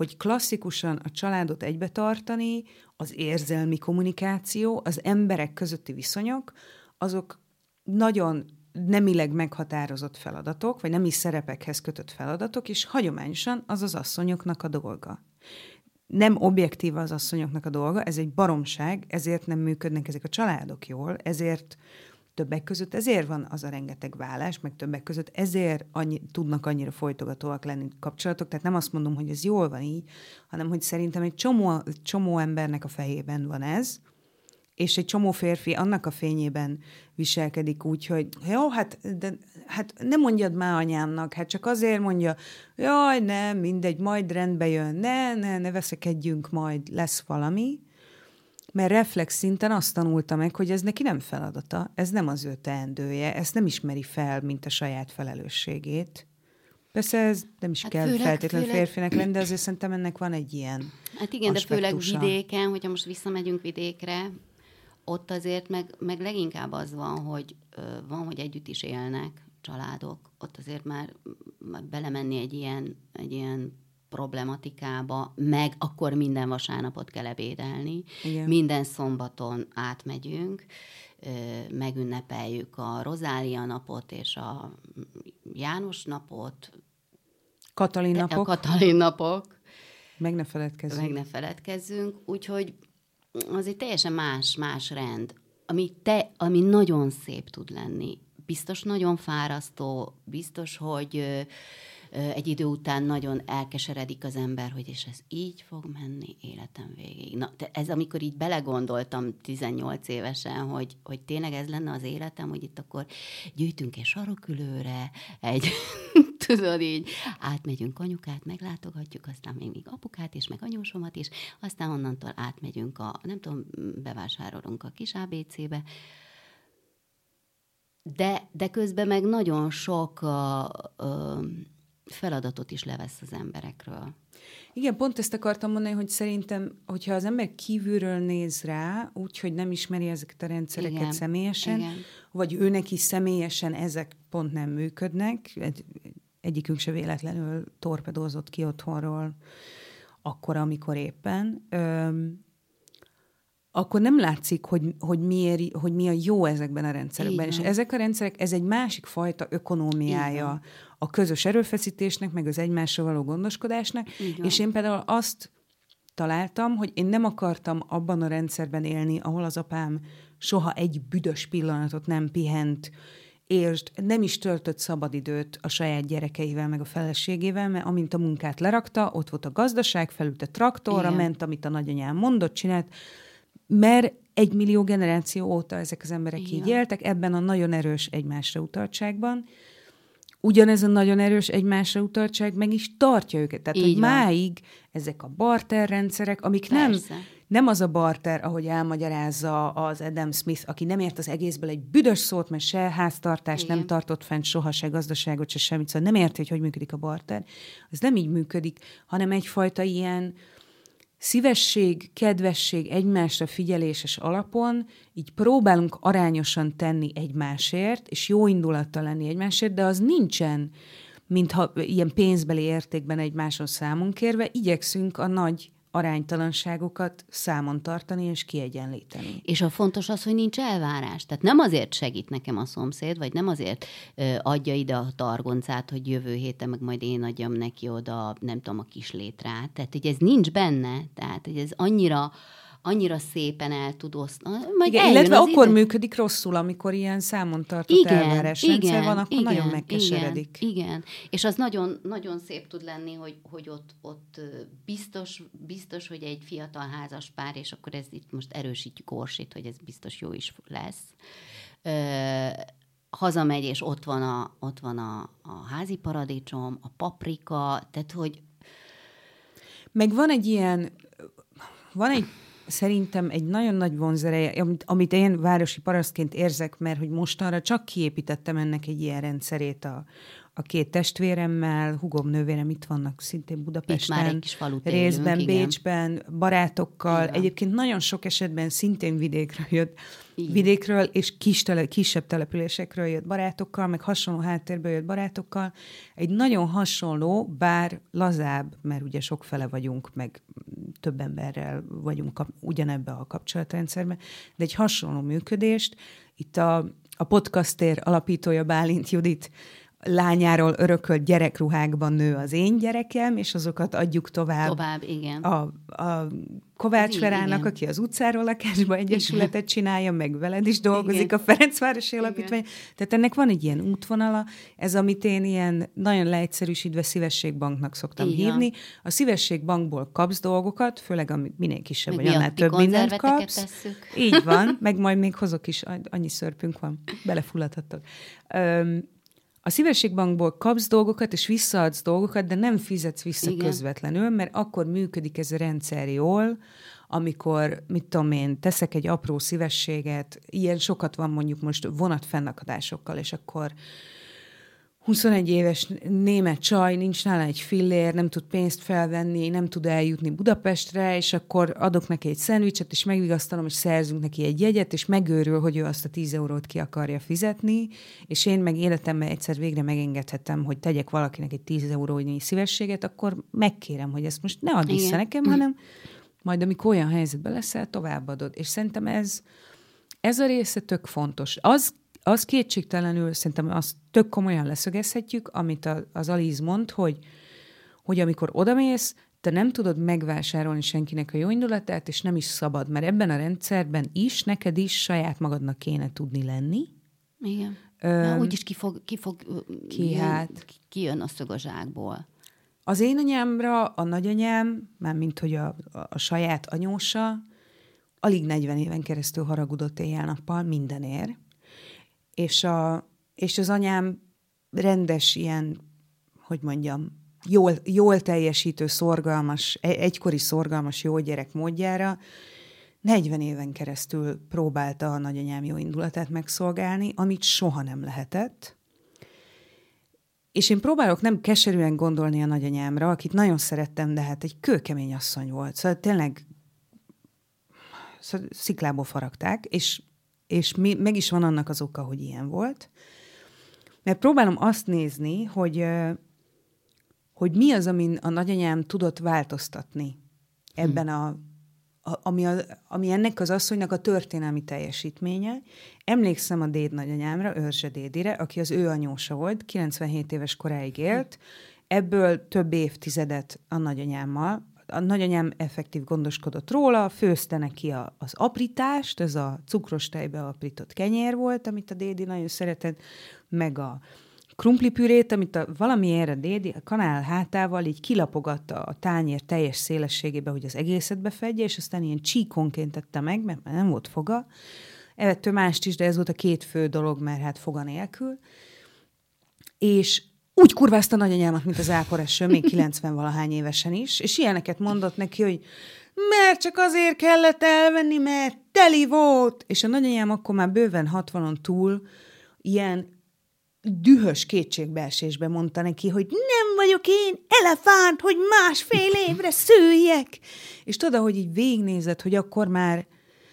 hogy klasszikusan a családot egybe tartani, az érzelmi kommunikáció, az emberek közötti viszonyok, azok nagyon nemileg meghatározott feladatok, vagy nemi szerepekhez kötött feladatok, és hagyományosan az az asszonyoknak a dolga. Nem objektív az asszonyoknak a dolga, ez egy baromság, ezért nem működnek ezek a családok jól, ezért többek között ezért van az a rengeteg vállás, meg többek között ezért tudnak annyira folytogatóak lenni kapcsolatok, tehát nem azt mondom, hogy ez jól van így, hanem hogy szerintem egy csomó embernek a fejében van ez, és egy csomó férfi annak a fényében viselkedik úgy, hogy jó, hát nem mondjad már anyámnak, hát csak azért mondja, jaj, nem, mindegy, majd rendbe jön, ne veszekedjünk, majd lesz valami, mert reflex szinten azt tanulta meg, hogy ez neki nem feladata, ez nem az ő teendője, ezt nem ismeri fel, mint a saját felelősségét. Persze ez nem is kell feltétlenül férfinek lenni, de azért szerintem ennek van egy ilyen Hát igen, aspektusa. De főleg vidéken, hogyha most visszamegyünk vidékre, ott azért meg leginkább az van, hogy együtt is élnek családok. Ott azért már belemenni egy ilyen problematikába, meg akkor minden vasárnapot kell ebédelni. Igen. Minden szombaton átmegyünk, megünnepeljük a Rozália napot és a János napot. Katalin napok. A Katalin napok. Meg ne feledkezzünk. Úgyhogy az egy teljesen más rend, ami nagyon szép tud lenni. Biztos nagyon fárasztó, biztos, hogy egy idő után nagyon elkeseredik az ember, hogy és ez így fog menni életem végéig. Na, ez amikor így belegondoltam 18 évesen, hogy tényleg ez lenne az életem, hogy itt akkor gyűjtünk egy sarokülőre, tudod így, átmegyünk anyukát, meglátogatjuk, aztán még apukát is, meg anyósomat is, aztán onnantól átmegyünk bevásárolunk a kis ABC-be, de közben meg nagyon sok feladatot is levesz az emberekről. Igen, pont ezt akartam mondani, hogy szerintem, hogyha az ember kívülről néz rá, úgyhogy nem ismeri ezeket a rendszereket igen, személyesen, igen. Vagy őnek is személyesen ezek pont nem működnek, egyikünk se véletlenül torpedózott ki otthonról akkor, amikor éppen, akkor nem látszik, hogy mi a jó ezekben a rendszerekben. És ezek a rendszerek, ez egy másik fajta ökonómiája a közös erőfeszítésnek, meg az egymásra való gondoskodásnak. És én például azt találtam, hogy én nem akartam abban a rendszerben élni, ahol az apám soha egy büdös pillanatot nem pihent, és nem is töltött szabadidőt a saját gyerekeivel, meg a feleségével, mert amint a munkát lerakta, ott volt a gazdaság, felült a traktorra, ment, amit a nagyanyám mondott, csinált, mert 1 millió generáció óta ezek az emberek így éltek, ebben a nagyon erős egymásra utaltságban. Ugyanez a nagyon erős egymásra utaltság meg is tartja őket. Tehát, hogy máig ezek a barter rendszerek, amik nem az a barter, ahogy elmagyarázza az Adam Smith, aki nem ért az egészből egy büdös szót, mert se háztartást nem tartott fent soha, se gazdaságot, se semmit, szóval nem érti, hogy működik a barter. Ez nem így működik, hanem egyfajta ilyen szívesség, kedvesség, egymásra figyeléses alapon így próbálunk arányosan tenni egymásért, és jó indulattal lenni egymásért, de az nincsen, mintha ilyen pénzbeli értékben egymáson számon kérve, igyekszünk a nagy aránytalanságokat számon tartani és kiegyenlíteni. És a fontos az, hogy nincs elvárás. Tehát nem azért segít nekem a szomszéd, vagy nem azért adja ide a targoncát, hogy jövő héten meg majd én adjam neki oda, nem tudom, a kis létrát. Tehát, hogy ez nincs benne. Tehát, hogy ez annyira szépen el tud osztani. Illetve akkor működik rosszul, amikor ilyen számon tartott elvárás rendszer van, akkor nagyon megkeseredik. Igen. És az nagyon, nagyon szép tud lenni, hogy ott biztos, hogy egy fiatal házas pár, és akkor ez itt most erősítjük Orsit, hogy ez biztos jó is lesz. Hazamegy, és ott van a házi paradicsom, a paprika, tehát hogy... Meg van egy szerintem egy nagyon nagy vonzereje, amit én városi parasztként érzek, mert hogy mostanra csak kiépítettem ennek egy ilyen rendszerét a 2 testvéremmel, húgom, nővérem itt vannak szintén Budapesten. Itt már egy kis falut részben élünk, Bécsben, barátokkal. Igen. Egyébként nagyon sok esetben szintén vidékről és kisebb településekről jött barátokkal, meg hasonló háttérből jött barátokkal. Egy nagyon hasonló, bár lazább, mert ugye sokfele vagyunk, meg több emberrel vagyunk ugyanebben a kapcsolatrendszerben, de egy hasonló működést. Itt a podcastér alapítója Bálint Judit lányáról örökölt gyerekruhákban nő az én gyerekem, és azokat adjuk tovább igen. A Kovács Verának, aki az Utcáról lakásba egyesületet csinálja, meg veled is dolgozik, igen. A Ferencvárosi Alapítvány. Tehát ennek van egy ilyen útvonala, ez, amit én ilyen nagyon leegyszerűsítve szívességbanknak szoktam hívni. A szívességbankból kapsz dolgokat, főleg amit minél kisebb, vagy annál több mindent kapsz. Tesszük. Így van, meg majd még hozok is, annyi szörpünk van, belefulladhatod. A szívességbankból kapsz dolgokat, és visszaadsz dolgokat, de nem fizetsz vissza igen. közvetlenül, mert akkor működik ez a rendszer jól, amikor, mit tudom én, teszek egy apró szívességet, ilyen sokat van mondjuk most vonatfennakadásokkal, és akkor 21 éves német csaj, nincs nála egy fillér, nem tud pénzt felvenni, nem tud eljutni Budapestre, és akkor adok neki egy szendvicset, és megvigasztalom, és szerzünk neki egy jegyet, és megőrül, hogy ő azt a 10 eurót ki akarja fizetni, és én meg életemben egyszer végre megengedhetem, hogy tegyek valakinek egy 10 eurónyi szívességet, akkor megkérem, hogy ezt most ne add vissza nekem, hanem majd amikor olyan helyzetben leszel, továbbadod. És szerintem ez a része tök fontos. Az kétségtelenül, szerintem azt tök komolyan leszögezhetjük, amit az Aliz mond, hogy amikor odamész, te nem tudod megvásárolni senkinek a jó indulatát, és nem is szabad, mert ebben a rendszerben is, neked is saját magadnak kéne tudni lenni. Igen. Úgyis kijön a szög a zsákból. Az én anyámra a nagyanyám, mármint hogy a saját anyósa, alig 40 éven keresztül haragudott éjjel-nappal mindenért. És az anyám rendes ilyen, hogy mondjam, jól teljesítő, szorgalmas, egykori szorgalmas jó gyerek módjára 40 éven keresztül próbálta a nagyanyám jó indulatát megszolgálni, amit soha nem lehetett. És én próbálok nem keserűen gondolni a nagyanyámra, akit nagyon szerettem, de hát egy kőkemény asszony volt. Szóval tényleg sziklából faragták, és meg is van annak az oka, hogy ilyen volt. Mert próbálom azt nézni, hogy mi az, amin a nagyanyám tudott változtatni ebben ami ennek az asszonynak a történelmi teljesítménye. Emlékszem a déd nagyanyámra, Örzse dédire, aki az ő anyósa volt, 97 éves koráig élt, ebből több évtizedet a nagyanyámmal. A nagyanyám effektív gondoskodott róla, főzte neki az aprítást, ez a cukros tejbe aprított kenyér volt, amit a dédi nagyon szeretett, meg a krumplipürét, amit valamiért a dédi a kanál hátával így kilapogatta a tányér teljes szélességébe, hogy az egészet befedje, és aztán ilyen csíkonként tette meg, mert nem volt foga. Evett ő mást is, de ez volt a 2 fő dolog, mert hát foga nélkül. És úgy kurvázta nagyanyámat, mint az áporeső, még 90-valahány évesen is, és ilyeneket mondott neki, hogy mert csak azért kellett elvenni, mert teli volt. És a nagyanyám akkor már bőven 60-on túl ilyen dühös kétségbeesésben mondta neki, hogy nem vagyok én elefánt, hogy 1,5 évre szüljek. És tudod, hogy így végignézed, hogy akkor már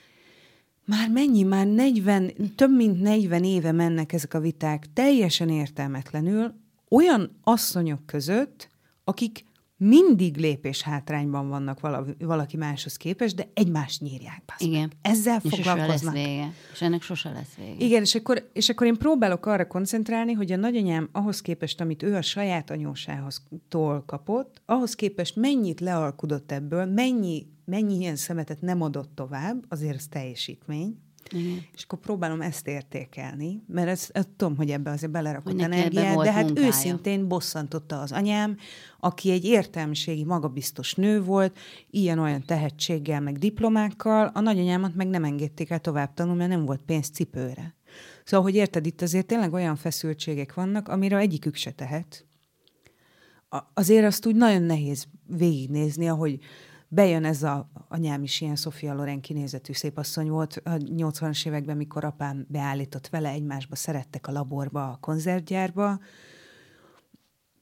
mennyi, már 40, több mint 40 éve mennek ezek a viták teljesen értelmetlenül, olyan asszonyok között, akik mindig lépés hátrányban vannak valaki máshoz képest, de egymást nyírják. Igen. Ezzel foglalkoznak. És ennek sose lesz vége. Igen, és akkor én próbálok arra koncentrálni, hogy a nagyanyám ahhoz képest, amit ő a saját anyósához-tól kapott, ahhoz képest mennyit lealkudott ebből, mennyi ilyen szemetet nem adott tovább, azért ez teljesítmény. Igen. És akkor próbálom ezt értékelni, mert ezt tudom, hogy ebbe azért belerakott energiát, de hát munkája. Őszintén bosszantotta az anyám, aki egy értelmiségi, magabiztos nő volt, ilyen-olyan tehetséggel, meg diplomákkal, a nagyanyámat meg nem engedték el tovább tanulni, mert nem volt pénz cipőre. Szóval, hogy érted, itt azért tényleg olyan feszültségek vannak, amire egyikük se tehet. Azért azt úgy nagyon nehéz végignézni, ahogy bejön ez anyám is ilyen Sofia Loren kinézetű szépasszony volt a 80-as években, mikor apám beállított vele, egymásba szerettek a laborba, a konzervgyárba,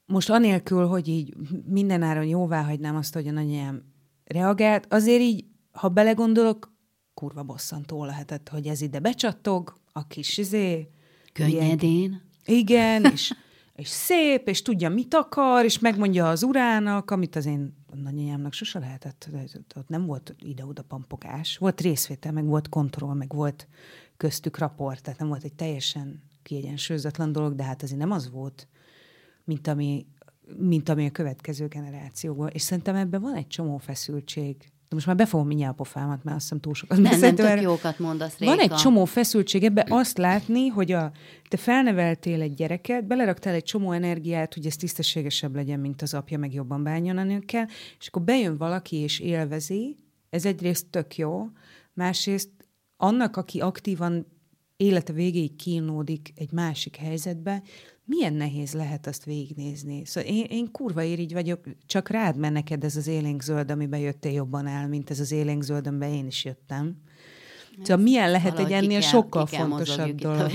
most anélkül, hogy így mindenáron jóvá hagynám azt, hogy a nagyanyám reagált, azért így, ha belegondolok, kurva bosszantó lehetett, hogy ez ide becsattog, a kis könnyedén. Igen, és szép, és tudja, mit akar, és megmondja az urának, amit az én nagyanyámnak sose lehetett. Ott nem volt ide-oda pampogás. Volt részvétel, meg volt kontroll, meg volt köztük raport, tehát nem volt egy teljesen kiegyensúlyozatlan dolog, de hát azért nem az volt, mint ami a következő generációban. És szerintem ebben van egy csomó feszültség. De most már befogom mindjárt a pofámat, mert azt hiszem túl sokat beszéltem. Nem, tök jókat mondasz, Réka. Van egy csomó feszültség ebben azt látni, hogy te felneveltél egy gyereket, beleraktál egy csomó energiát, hogy ez tisztességesebb legyen, mint az apja, meg jobban bánjon a nőkkel, és akkor bejön valaki és élvezi, ez egyrészt tök jó, másrészt annak, aki aktívan élete végéig kínlódik egy másik helyzetbe, milyen nehéz lehet azt végignézni. Szóval én kurva irigy vagyok, csak rád, mert neked ez az élénkzöld, amiben jöttél, jobban áll, mint ez az élénkzöld, amiben én is jöttem. Szóval milyen lehet egy ennél sokkal fontosabb dolog.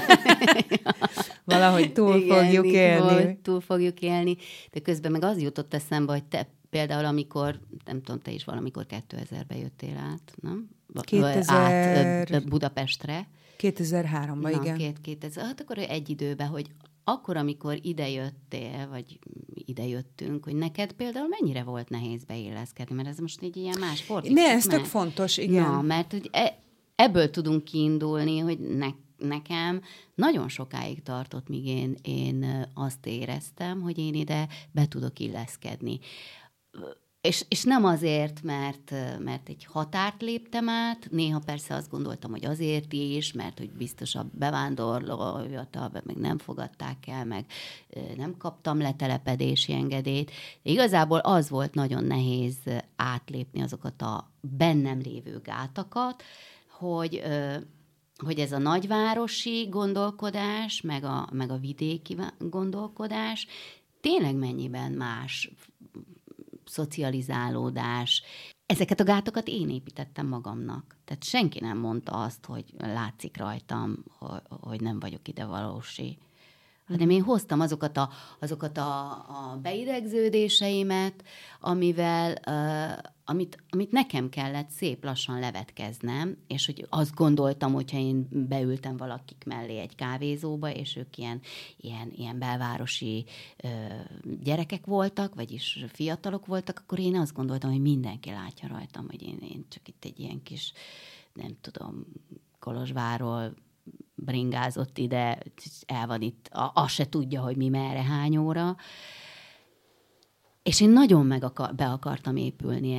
Valahogy túl fogjuk élni. Túl fogjuk élni, de közben meg az jutott eszembe, hogy te például, amikor, nem tudom, te is valamikor 2000-ben jöttél át, nem? 2000... Át Budapestre. 2003-ban, igen. 2000, hát akkor egy időben, hogy akkor, amikor idejöttél, vagy idejöttünk, hogy neked például mennyire volt nehéz beilleszkedni, mert ez most így ilyen más fordított. Ne, ez tök fontos, igen. Na, mert hogy ebből tudunk kiindulni, hogy nekem nagyon sokáig tartott, míg én azt éreztem, hogy én ide be tudok illeszkedni. És nem azért, mert egy határt léptem át, néha persze azt gondoltam, hogy azért is, mert hogy biztos a bevándorló hivatalban meg nem fogadták el, meg nem kaptam letelepedési engedélyt. De igazából az volt nagyon nehéz átlépni azokat a bennem lévő gátakat, hogy ez a nagyvárosi gondolkodás, meg a vidéki gondolkodás tényleg mennyiben más szocializálódás. Ezeket a gátokat én építettem magamnak. Tehát senki nem mondta azt, hogy látszik rajtam, hogy nem vagyok ide valósi. Hanem én hoztam azokat a beidegződéseimet, amit nekem kellett szép lassan levetkeznem, és hogy azt gondoltam, hogyha én beültem valakik mellé egy kávézóba, és ők ilyen belvárosi gyerekek voltak, vagyis fiatalok voltak, akkor én azt gondoltam, hogy mindenki látja rajtam, hogy én csak itt egy ilyen kis, nem tudom, Kolozsvárról bringázott ide, el van itt, azt se tudja, hogy mi merre, hány óra. És én nagyon be akartam épülni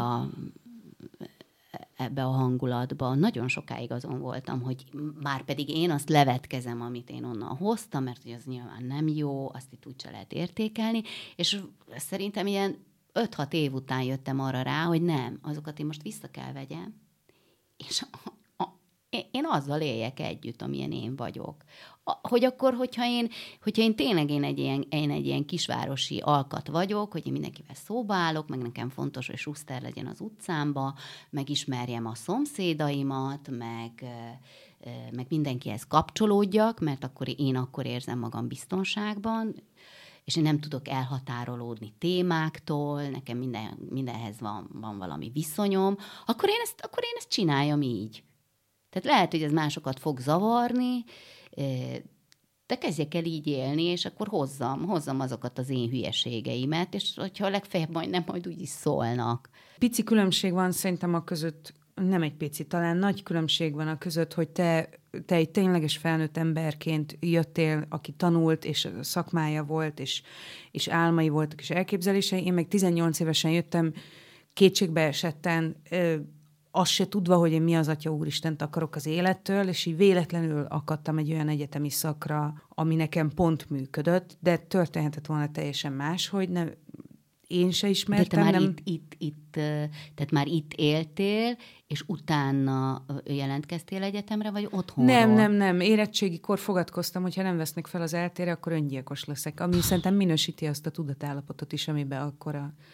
ebbe a hangulatba. Nagyon sokáig azon voltam, hogy már pedig én azt levetkezem, amit én onnan hoztam, mert hogy az nyilván nem jó, azt itt úgyse lehet értékelni, és szerintem ilyen 5-6 év után jöttem arra rá, hogy nem, azokat én most vissza kell vegyem, és én azzal éljek együtt, amilyen én vagyok. Hogy akkor, hogyha én tényleg én egy ilyen kisvárosi alkat vagyok, hogy én mindenkivel szóba állok, meg nekem fontos, hogy suszter legyen az utcámba, meg ismerjem a szomszédaimat, meg mindenkihez kapcsolódjak, mert akkor érzem magam biztonságban, és én nem tudok elhatárolódni témáktól, nekem mindenhez van valami viszonyom, akkor én ezt csináljam így. Tehát lehet, hogy ez másokat fog zavarni, de kezdjek el így élni, és akkor hozzam azokat az én hülyeségeimet, és hogyha legfeljebb majd úgy is szólnak. Pici különbség van szerintem a között, nem egy pici, talán nagy különbség van a között, hogy te egy tényleges felnőtt emberként jöttél, aki tanult, és szakmája volt, és álmai voltak, és elképzelései. Én meg 18 évesen jöttem, kétségbe esetten, azt se tudva, hogy én mi az Atya Úristent akarok az élettől, és így véletlenül akadtam egy olyan egyetemi szakra, ami nekem pont működött, de történhetett volna teljesen más, hogy nem, én se ismertem. De te már tehát már itt éltél, és utána jelentkeztél egyetemre, vagy otthonról? Nem. Érettségikor fogadkoztam, hogyha nem vesznek fel az eltére, akkor öngyilkos leszek, ami szerintem minősíti azt a tudatállapotot is, amiben akkor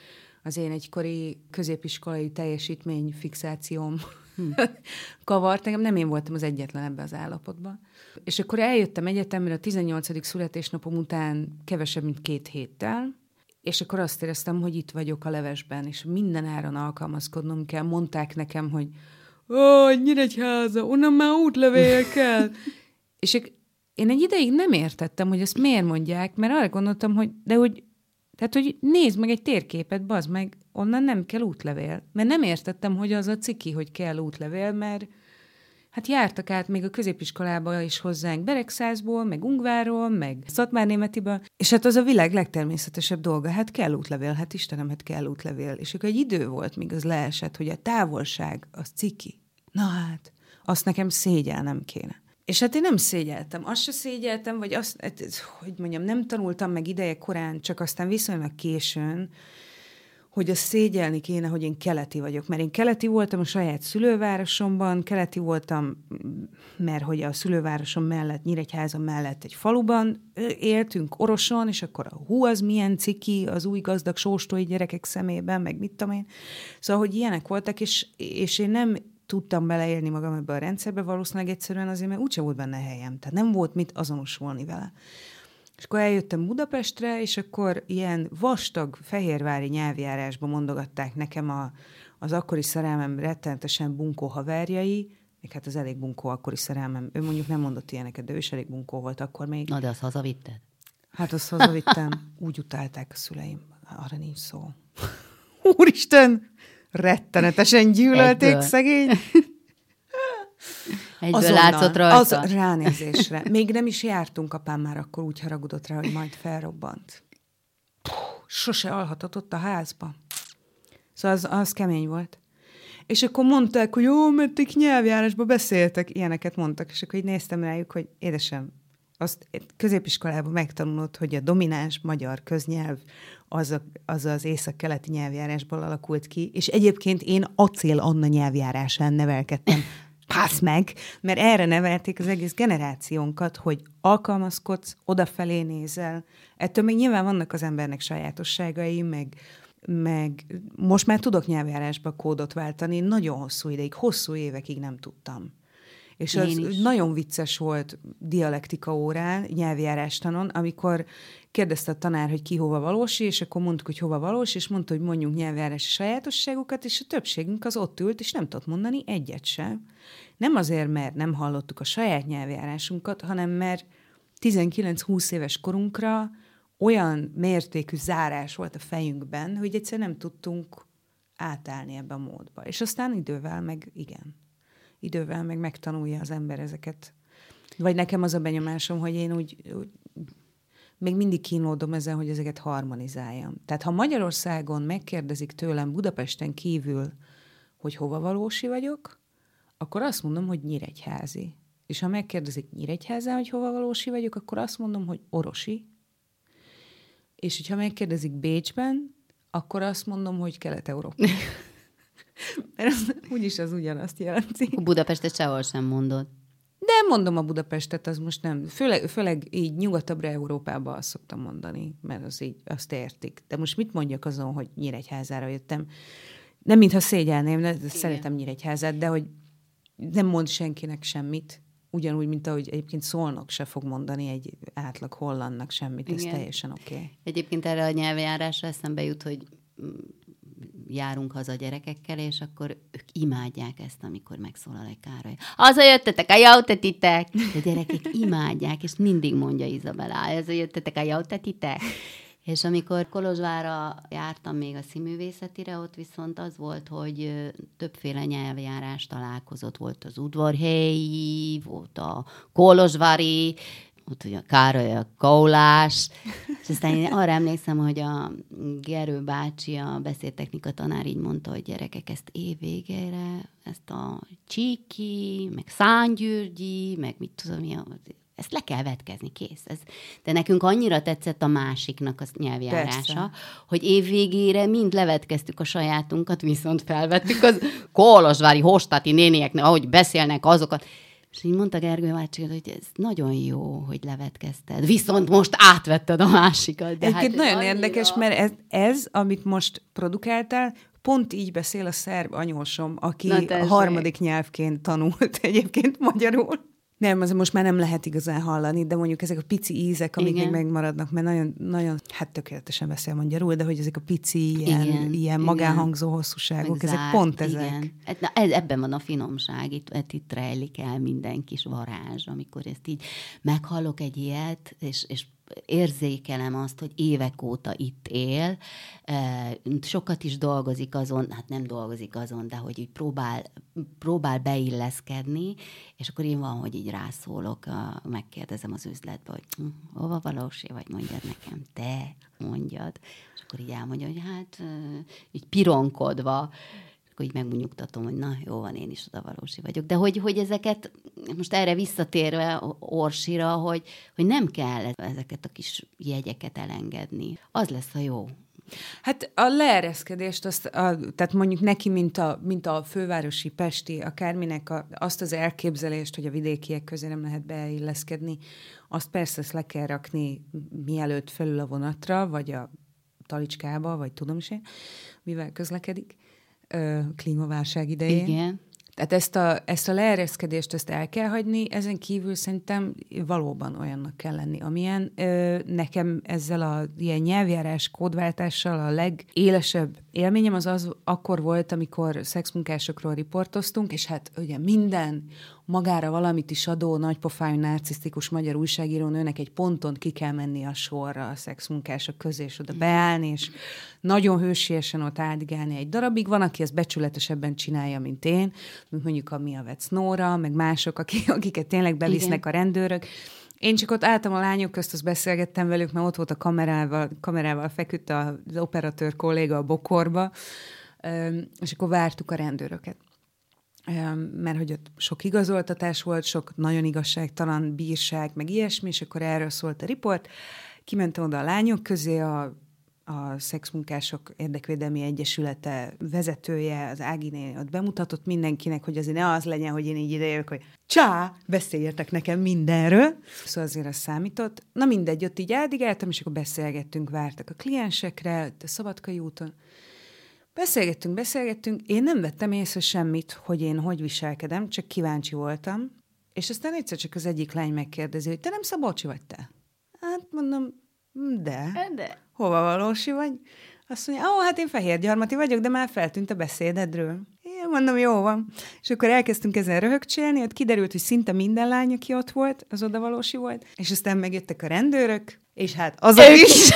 az én egykori középiskolai teljesítményfixációm kavart. Engem nem én voltam az egyetlen ebbe az állapotban. És akkor eljöttem egyetemre a 18. születésnapom után kevesebb, mint 2 héttel, és akkor azt éreztem, hogy itt vagyok a levesben, és minden áron alkalmazkodnom kell. Mondták nekem, hogy Nyíregyháza, onnan már útlevél kell. És én egy ideig nem értettem, hogy ezt miért mondják, mert arra gondoltam, hogy hogy nézd meg egy térképet, bazd meg, onnan nem kell útlevél. Mert nem értettem, hogy az a ciki, hogy kell útlevél, mert hát jártak át még a középiskolába is hozzánk Beregszászból, meg Ungvárról, meg Szatmárnémetiből, és hát az a világ legtermészetesebb dolga, hát kell útlevél, hát Istenem, hát kell útlevél. És akkor egy idő volt, míg az leesett, hogy a távolság, az ciki. Na hát, azt nekem szégyelnem kéne. És hát én nem szégyeltem. Azt se szégyeltem, vagy azt, hogy mondjam, nem tanultam meg ideje korán, csak aztán viszonylag későn, hogy azt szégyelni kéne, hogy én keleti vagyok. Mert én keleti voltam a saját szülővárosomban, keleti voltam, mert hogy a szülővárosom mellett, Nyíregyháza mellett egy faluban éltünk, Oroson, és akkor az milyen ciki az új gazdag sóstói gyerekek szemében, meg mit tudom én. Szóval, hogy ilyenek voltak, és én nem tudtam beleélni magam ebbe a rendszerbe, valószínűleg egyszerűen azért, mert úgyse volt benne helyem. Tehát nem volt mit azonosulni vele. És akkor eljöttem Budapestre, és akkor ilyen vastag fehérvári nyelvjárásba mondogatták nekem az akkori szerelmem rettenetesen bunkó haverjai, még hát az elég bunkó akkori szerelmem. Ő mondjuk nem mondott ilyeneket, de ő is elég bunkó volt akkor még. Na, de azt hazavitted? Hát azt hazavittem. Úgy utálták a szüleim. Arra nincs szó. Úristen! Rettenetesen gyűlölték szegény. Egyből látszott rajta. Az ránézésre. Még nem is jártunk, apám már akkor úgy haragudott rá, hogy majd felrobbant. Sose alhatott ott a házba. Szóval az kemény volt. És akkor mondták, hogy jó, mert ők nyelvjárásba beszéltek, ilyeneket mondtak, és akkor így néztem rájuk, hogy édesem, azt középiskolában megtanulod, hogy a domináns magyar köznyelv az észak-keleti nyelvjárásból alakult ki, és egyébként én Acél Anna nyelvjárásán nevelkedtem. Pász meg, mert erre nevelték az egész generációnkat, hogy alkalmazkodsz, odafelé nézel. Ettől még nyilván vannak az embernek sajátosságai, meg most már tudok nyelvjárásba kódot váltani, nagyon hosszú ideig, hosszú évekig nem tudtam. És az nagyon vicces volt dialektika órán, nyelvjárástanon, amikor kérdezte a tanár, hogy ki hova valósi, és akkor mondtuk, hogy hova valós, és mondta, hogy mondjuk nyelvjárási sajátosságokat, és a többségünk az ott ült, és nem tudott mondani egyet sem. Nem azért, mert nem hallottuk a saját nyelvjárásunkat, hanem mert 19-20 éves korunkra olyan mértékű zárás volt a fejünkben, hogy egyszer nem tudtunk átállni ebbe a módba. És aztán idővel meg megtanulja az ember ezeket. Vagy nekem az a benyomásom, hogy én úgy még mindig kínlódom ezen, hogy ezeket harmonizáljam. Tehát ha Magyarországon megkérdezik tőlem Budapesten kívül, hogy hova valósi vagyok, akkor azt mondom, hogy nyíregyházi. És ha megkérdezik Nyíregyházán, hogy hova valósi vagyok, akkor azt mondom, hogy orosi. És hogyha megkérdezik Bécsben, akkor azt mondom, hogy kelet-európai. Mert úgyis az ugyanazt jelenti. A Budapestet sehol sem mondod. De mondom a Budapestet, az most nem. Főleg így nyugatabbra Európában azt szoktam mondani, mert az így, azt értik. De most mit mondjak azon, hogy Nyíregyházára jöttem? Nem mintha szégyelném, de szeretem Nyíregyházát, de hogy nem mond senkinek semmit. Ugyanúgy, mint ahogy egyébként Szolnok se fog mondani egy átlag hollandnak semmit, ez teljesen oké. Egyébként erre a nyelvjárásra eszembe jut, hogy járunk haza gyerekekkel, és akkor ők imádják ezt, amikor megszólal egy Károly. Hazajöttetek, a jautetitek! A gyerekek imádják, és mindig mondja Izabella, hazajöttetek, a jautetitek! És amikor Kolozsvárra jártam még a színművészetire, ott viszont az volt, hogy többféle nyelvjárás találkozott. Volt az udvarhelyi, volt a kolozsvári, ott ugye a Károly, a Kaulás, és aztán én arra emlékszem, hogy a Gerő bácsi, a beszédtechnika tanár így mondta, hogy gyerekek, ezt év végére, ezt a Csíki, meg Szángyürgyi, meg mit tudom, ezt le kell vetkezni, kész. De nekünk annyira tetszett a másiknak a nyelvjárása, persze, hogy év végére mind levetkeztük a sajátunkat, viszont felvettük az kolozsvári hostati nénieknek, ahogy beszélnek azokat. És így mondta Gergő bácsi, hogy ez nagyon jó, hogy levetkezted. Viszont most átvetted a másikat. De egyébként nagyon érdekes, mert ez, amit most produkáltál, pont így beszél a szerb anyósom, aki a harmadik nyelvként tanult egyébként magyarul. Nem, az most már nem lehet igazán hallani, de mondjuk ezek a pici ízek, amik még megmaradnak, mert nagyon, nagyon, hát tökéletesen beszél magyarul, de hogy ezek a pici, ilyen magánhangzó hosszúságok, ezek pont ezek. Igen. Na, ebben van a finomság, itt rejlik el minden kis varázs, amikor ezt így meghallok egy ilyet, és érzékelem azt, hogy évek óta itt él, sokat is dolgozik azon, hát nem dolgozik azon, de hogy így próbál beilleszkedni, és akkor én van, hogy így rászólok, megkérdezem az üzletbe, hogy hova valósi vagy, mondjad nekem, te mondjad, és akkor így elmondja, hogy hát így pironkodva, akkor így megnyugtatom, hogy na, jó van, én is odavalósi vagyok. De hogy ezeket, most erre visszatérve Orsira, hogy nem kell ezeket a kis jegyeket elengedni. Az lesz a jó. Hát a leereszkedést, tehát mondjuk neki, mint a fővárosi, pesti, akárminek azt az elképzelést, hogy a vidékiek közé nem lehet beilleszkedni, azt persze ezt le kell rakni, mielőtt felül a vonatra, vagy a talicskába, vagy tudom is én, mivel közlekedik. Klímaválság idején. Igen. Tehát ezt a leereszkedést ezt el kell hagyni, ezen kívül szerintem valóban olyannak kell lenni, amilyen. Nekem ezzel a ilyen nyelvjárás kódváltással a legélesebb élményem az akkor volt, amikor szexmunkásokról riportoztunk, és hát ugye minden magára valamit is adó, nagypofájú, narcisztikus magyar újságírónőnek egy ponton ki kell menni a sorra a szexmunkások közé, és oda beállni, és nagyon hősiesen ott áldigálni egy darabig. Van, aki ezt becsületesebben csinálja, mint én, mint mondjuk a Mia Vec Nóra, meg mások, akiket tényleg bevisznek a rendőrök. Én csak ott álltam a lányok közt, azt beszélgettem velük, mert ott volt a kamerával feküdt az operatőr kolléga a bokorba, és akkor vártuk a rendőröket. Mert hogy ott sok igazoltatás volt, sok nagyon igazságtalan bírság, meg ilyesmi, és akkor erről szólt a riport. Kimentem oda a lányok közé, a Szexmunkások Érdekvédelmi Egyesülete vezetője, az Áginé ott bemutatott mindenkinek, hogy azért ne az legyen, hogy én így idejövök, hogy csá, beszéljetek nekem mindenről. Szóval azért az számított. Na mindegy, ott így eldigáltam, és akkor beszélgettünk, vártak a kliensekre, a Szabadkai úton. Beszélgettünk, én nem vettem észre semmit, hogy én hogy viselkedem, csak kíváncsi voltam, és aztán egyszer csak az egyik lány megkérdezi, hogy te nem Szabolcsi vagy te? Hát mondom, de. Hova valósi vagy? Azt mondja, hát én Fehérgyarmati vagyok, de már feltűnt a beszédedről. Én mondom, jó van. És akkor elkezdtünk ezen röhögcsélni, ott kiderült, hogy szinte minden lány, aki ott volt, az odavalósi volt, és aztán megjöttek a rendőrök, és hát azok is.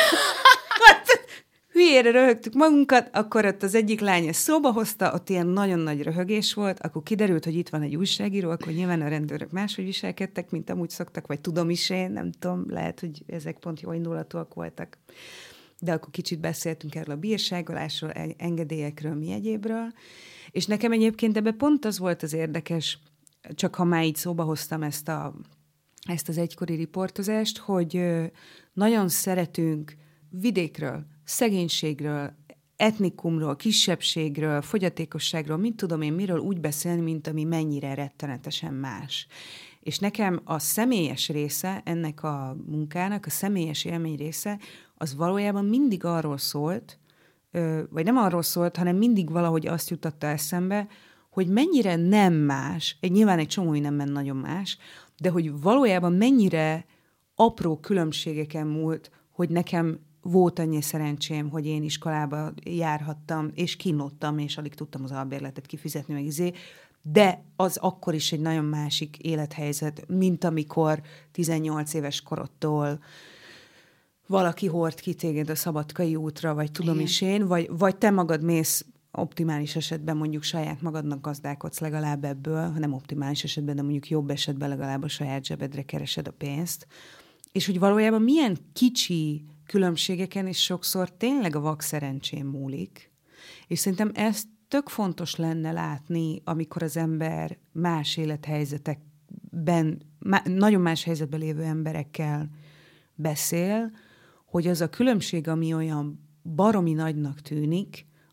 Hülyére röhögtük magunkat, akkor ott az egyik lány ezt szóba hozta, ott ilyen nagyon nagy röhögés volt, akkor kiderült, hogy itt van egy újságíró, akkor nyilván a rendőrök máshogy viselkedtek, mint amúgy szoktak, vagy tudom is én, nem tudom, lehet, hogy ezek pont jó indulatúak voltak. De akkor kicsit beszéltünk erről a bírságolásról, engedélyekről, mi egyébről, és nekem egyébként ebben pont az volt az érdekes, csak ha már így szóba hoztam ezt az egykori riportozást, hogy nagyon szeretünk vidékről, szegénységről, etnikumról, kisebbségről, fogyatékosságról, mit tudom én miről úgy beszélni, mint ami mennyire rettenetesen más. És nekem a személyes része ennek a munkának, a személyes élmény része, az valójában mindig arról szólt, vagy nem arról szólt, hanem mindig valahogy azt jutatta eszembe, hogy mennyire nem más, nyilván egy csomó mindenben nagyon más, de hogy valójában mennyire apró különbségeken múlt, hogy nekem volt annyi szerencsém, hogy én iskolába járhattam, és kínlottam, és alig tudtam az albérletet kifizetni, meg de az akkor is egy nagyon másik élethelyzet, mint amikor 18 éves korodtól valaki hord ki téged a Szabadkai útra, vagy tudom igen. is én, vagy te magad mész optimális esetben mondjuk saját magadnak gazdálkodsz legalább ebből, ha nem optimális esetben, de mondjuk jobb esetben legalább a saját zsebedre keresed a pénzt. És hogy valójában milyen kicsi különbségeken is sokszor tényleg a vak szerencsén múlik. És szerintem ezt tök fontos lenne látni, amikor az ember más élethelyzetekben, nagyon más helyzetben lévő emberekkel beszél, hogy az a különbség, ami olyan baromi nagynak tűnik,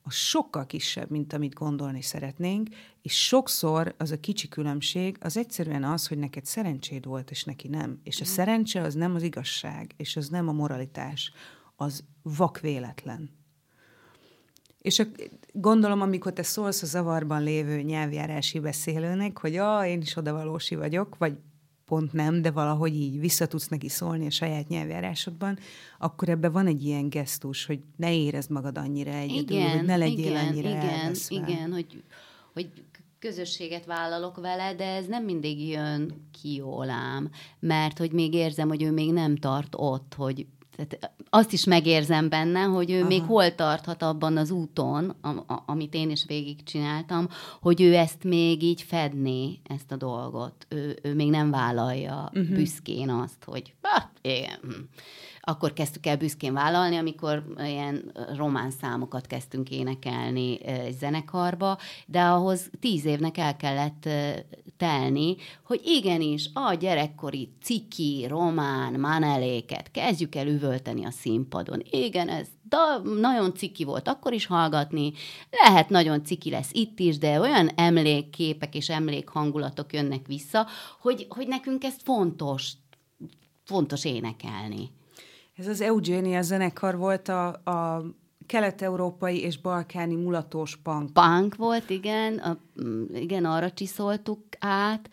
az sokkal kisebb, mint amit gondolni szeretnénk, és sokszor az a kicsi különbség az egyszerűen az, hogy neked szerencséd volt, és neki nem. És a szerencse az nem az igazság, és az nem a moralitás, az vak véletlen. És gondolom, amikor te szólsz a zavarban lévő nyelvjárási beszélőnek, hogy én is odavalósi vagyok, vagy pont nem, de valahogy így vissza tudsz neki szólni a saját nyelvjárásodban, akkor ebben van egy ilyen gesztus, hogy ne érezd magad annyira egyedül, hogy ne legyél annyira elveszve. Igen, hogy közösséget vállalok vele, de ez nem mindig jön ki jól ám, mert hogy még érzem, hogy ő még nem tart ott, hogy tehát azt is megérzem benne, hogy ő még hol tarthat abban az úton, amit én is végigcsináltam, hogy ő ezt még így fedné, ezt a dolgot. Ő még nem vállalja büszkén azt, hogy igen. Akkor kezdtük el büszkén vállalni, amikor ilyen román számokat kezdtünk énekelni zenekarba, de ahhoz 10 évnek el kellett telni, hogy igenis a gyerekkori ciki, román, maneléket kezdjük el üvölteni a színpadon. Igen, ez nagyon ciki volt akkor is hallgatni, lehet nagyon ciki lesz itt is, de olyan emlékképek és emlékhangulatok jönnek vissza, hogy nekünk ez fontos énekelni. Ez az Eugénia zenekar volt a kelet-európai és balkáni mulatós punk. Punk volt, igen. Igen, arra csiszoltuk át.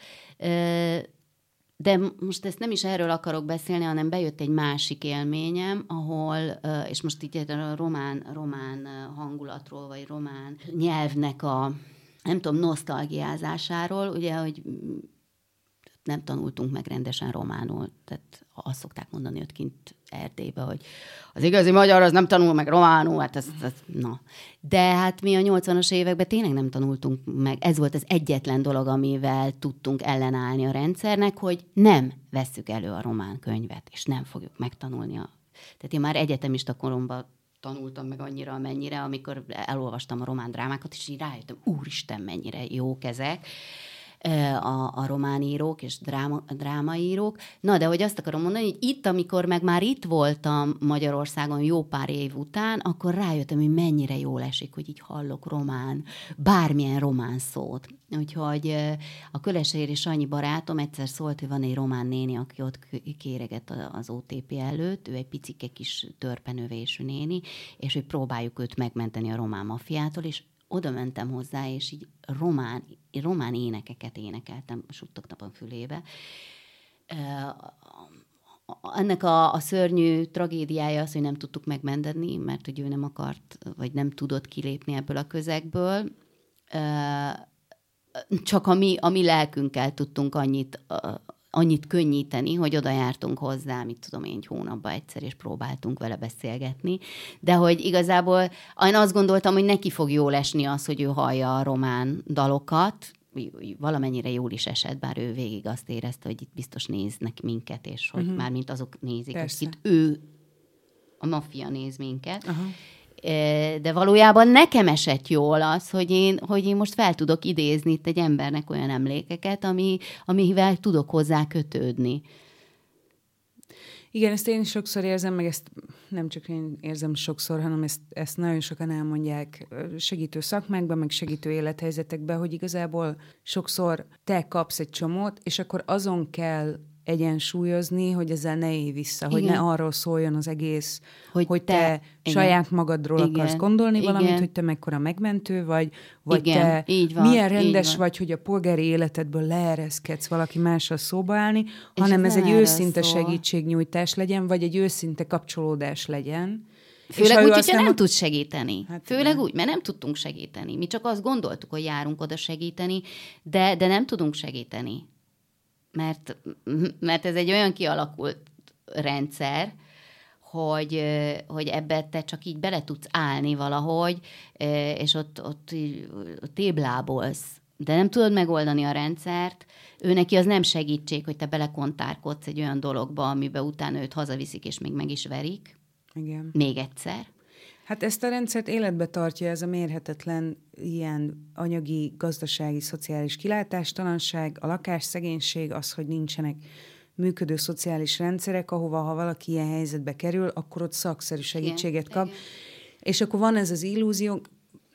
De most ezt nem is erről akarok beszélni, hanem bejött egy másik élményem, ahol, és most így a román hangulatról, vagy román nyelvnek a, nem tudom, nosztalgiázásáról, ugye, hogy nem tanultunk meg rendesen románul, tehát azt szokták mondani ott kint Erdélybe, hogy az igazi magyar az nem tanul meg románul, hát ez na. De hát mi a 80-as években tényleg nem tanultunk meg. Ez volt az egyetlen dolog, amivel tudtunk ellenállni a rendszernek, hogy nem vesszük elő a román könyvet, és nem fogjuk megtanulni. Tehát én már egyetemista koromban tanultam meg annyira, amennyire, amikor elolvastam a román drámákat, és így rájöttem, úristen, mennyire jók ezek. A román írók és drámaírók. Na, de hogy azt akarom mondani, hogy itt, amikor meg már itt voltam Magyarországon jó pár év után, akkor rájöttem, hogy mennyire jól esik, hogy így hallok bármilyen román szót. Úgyhogy a Köleséri Sanyi barátom egyszer szólt, hogy van egy román néni, aki ott kéreget az OTP előtt, ő egy picike kis törpenövésű néni, és hogy próbáljuk őt megmenteni a román maffiától, és oda mentem hozzá, és így román énekeket énekeltem, suttogtam a fülébe. Ennek a szörnyű tragédiája az, hogy nem tudtuk megmenteni, mert hogy ő nem akart, vagy nem tudott kilépni ebből a közegből. Csak a mi lelkünkkel tudtunk annyit könnyíteni, hogy oda jártunk hozzá, mit tudom én, egy hónapban egyszer, és próbáltunk vele beszélgetni. De hogy igazából én azt gondoltam, hogy neki fog jól esni az, hogy ő hallja a román dalokat, valamennyire jól is esett, bár ő végig azt érezte, hogy itt biztos néznek minket, és hogy mármint azok nézik, akit ő, a maffia néz minket. De valójában nekem esett jól az, hogy én most fel tudok idézni itt egy embernek olyan emlékeket, amivel tudok hozzá kötődni. Igen, ezt én is sokszor érzem, meg ezt nem csak én érzem sokszor, hanem ezt nagyon sokan elmondják segítő szakmákban, meg segítő élethelyzetekben, hogy igazából sokszor te kapsz egy csomót, és akkor azon kell egyensúlyozni, hogy ezzel ne élj vissza, igen. Hogy ne arról szóljon az egész, hogy te saját magadról akarsz gondolni valamit, hogy te mekkora megmentő vagy te van, milyen rendes vagy, hogy a polgári életedből leereszkedsz valaki mással szóba állni, hanem ez egy őszinte segítségnyújtás legyen, vagy egy őszinte kapcsolódás legyen. Főleg úgy, hogyha nem tudsz segíteni. Hát főleg úgy, mert nem tudtunk segíteni. Mi csak azt gondoltuk, hogy járunk oda segíteni, de nem tudunk segíteni. Mert ez egy olyan kialakult rendszer, hogy ebbe te csak így bele tudsz állni valahogy, és ott téblábolsz, de nem tudod megoldani a rendszert. Ő neki az nem segítség, hogy te belekontárkodsz egy olyan dologba, amiben utána őt hazaviszik, és még meg is verik. Igen. Még egyszer. Hát ezt a rendszert életbe tartja ez a mérhetetlen ilyen anyagi, gazdasági, szociális kilátástalanság, a lakásszegénység, az, hogy nincsenek működő szociális rendszerek, ahova, ha valaki ilyen helyzetbe kerül, akkor ott szakszerű segítséget kap. Igen. És akkor van ez az illúzió,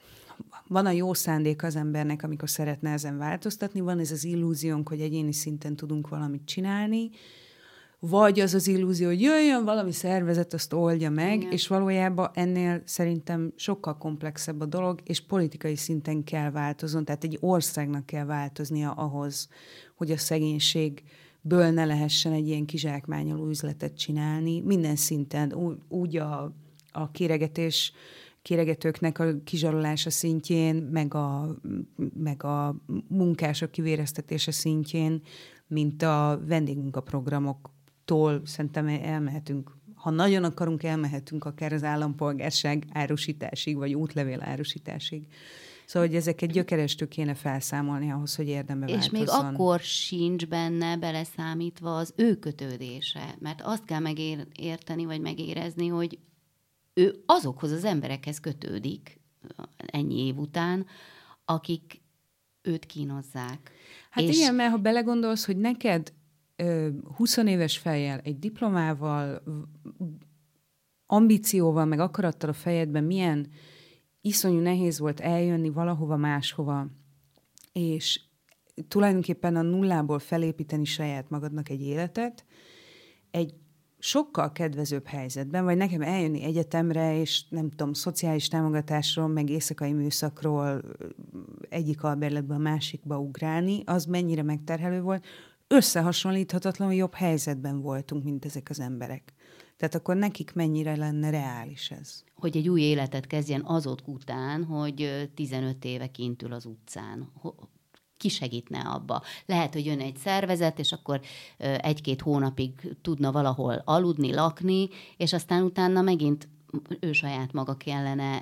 van a jó szándék az embernek, amikor szeretne ezen változtatni, van ez az illúziónk, hogy egyéni szinten tudunk valamit csinálni, vagy az illúzió, hogy jöjjön valami szervezet, azt oldja meg, igen. És valójában ennél szerintem sokkal komplexebb a dolog, és politikai szinten kell változni, tehát egy országnak kell változnia ahhoz, hogy a szegénységből ne lehessen egy ilyen kizsákmányoló üzletet csinálni, minden szinten, úgy a kiregetőknek a kizsarolása szintjén, meg a munkások kivéreztetése szintjén, mint a vendégmunkaprogramoktól szerintem elmehetünk. Ha nagyon akarunk, elmehetünk akár az állampolgárság árusításig, vagy útlevél árusításig. Szóval, hogy ezeket gyökerestől kéne felszámolni ahhoz, hogy érdembe változzon. És még akkor sincs benne beleszámítva az ő kötődése, mert azt kell megérteni, vagy megérezni, hogy ő azokhoz az emberekhez kötődik ennyi év után, akik őt kínozzák. Hát és igen, mert ha belegondolsz, hogy neked 20 éves fejjel, egy diplomával, ambícióval, meg akarattal a fejedben milyen iszonyú nehéz volt eljönni valahova máshova, és tulajdonképpen a nullából felépíteni saját magadnak egy életet, egy sokkal kedvezőbb helyzetben, vagy nekem eljönni egyetemre, és nem tudom, szociális támogatásról, meg éjszakai műszakról egyik albérletből a másikba ugrálni, az mennyire megterhelő volt. Összehasonlíthatatlanul jobb helyzetben voltunk, mint ezek az emberek. Tehát akkor nekik mennyire lenne reális ez? Hogy egy új életet kezdjen azok után, hogy 15 éve kint ül az utcán. Ki segítne abba? Lehet, hogy jön egy szervezet, és akkor 1-2 hónapig tudna valahol aludni, lakni, és aztán utána megint ő saját maga kellene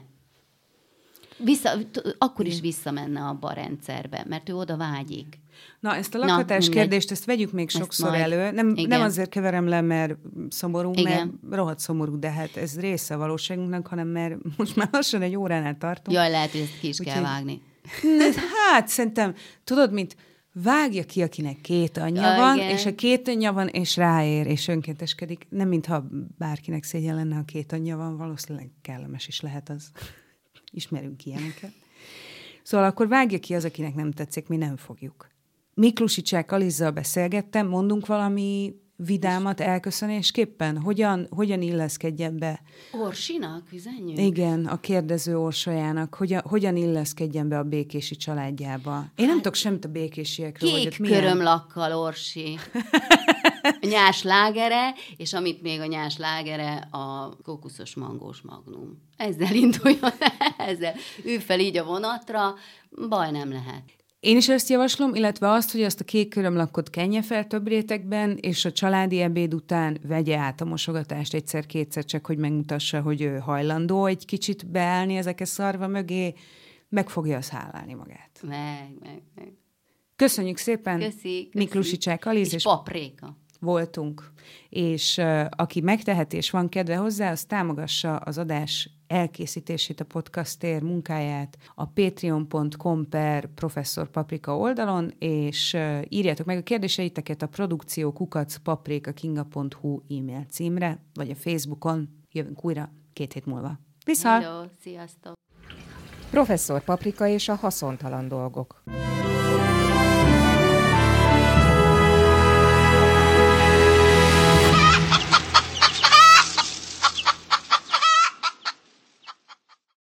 akkor is visszamenne abba a rendszerbe, mert ő oda vágyik. Na, ezt a lakhatás kérdést, ezt vegyük még sokszor elő. Nem azért keverem le, mert szomorú, mert rohadt szomorú, de hát ez része a valóságunknak, hanem mert most már lassan egy óránál tartunk. Jaj, lehet, hogy ezt ki is kell vágni. Hát, szerintem, tudod, mint vágja ki, akinek 2 anyja van, igen. És a 2 anyja van, és ráér, és önkénteskedik. Nem mintha bárkinek szégyen lenne, ha 2 anyja van, valószínűleg kellemes is lehet az. Ismerünk ilyeneket. Szóval akkor vágja ki az, akinek nem tetszik, mi nem fogjuk. Miklusicsák Alizzal beszélgettem, mondunk valami vidámat elköszönésképpen? Hogyan illeszkedjen be? Orsinak üzenjük? Igen, a kérdező Orsolyának. Hogyan illeszkedjen be a Békési családjába? Én nem tudok semmit a békésiekről. Kék körömlakkal, Orsi. A nyás lágere, és amit még a nyás lágere, a kókuszos mangós magnum. Ezzel induljon ezzel. Ülj fel így a vonatra, baj nem lehet. Én is ezt javaslom, illetve azt, hogy azt a kék körömlakot kenje fel több rétegben, és a családi ebéd után vegye át a mosogatást egyszer-kétszer, csak hogy megmutassa, hogy ő hajlandó egy kicsit beállni ezek a szarva mögé, meg fogja az hálálni magát. Meg. Köszönjük szépen! Köszi. Miklusicsák Aliz és Papréka. Voltunk. És aki megteheti és van kedve hozzá, az támogassa az adás elkészítését, a podcastért munkáját a patreon.com/Professzor Paprika oldalon, és írjátok meg a kérdéseiteket a produkció@paprikakinga.hu e-mail címre, vagy a Facebookon. Jövünk újra 2 hét múlva. Viszont! Hello, sziasztok! Professzor Paprika és a haszontalan dolgok.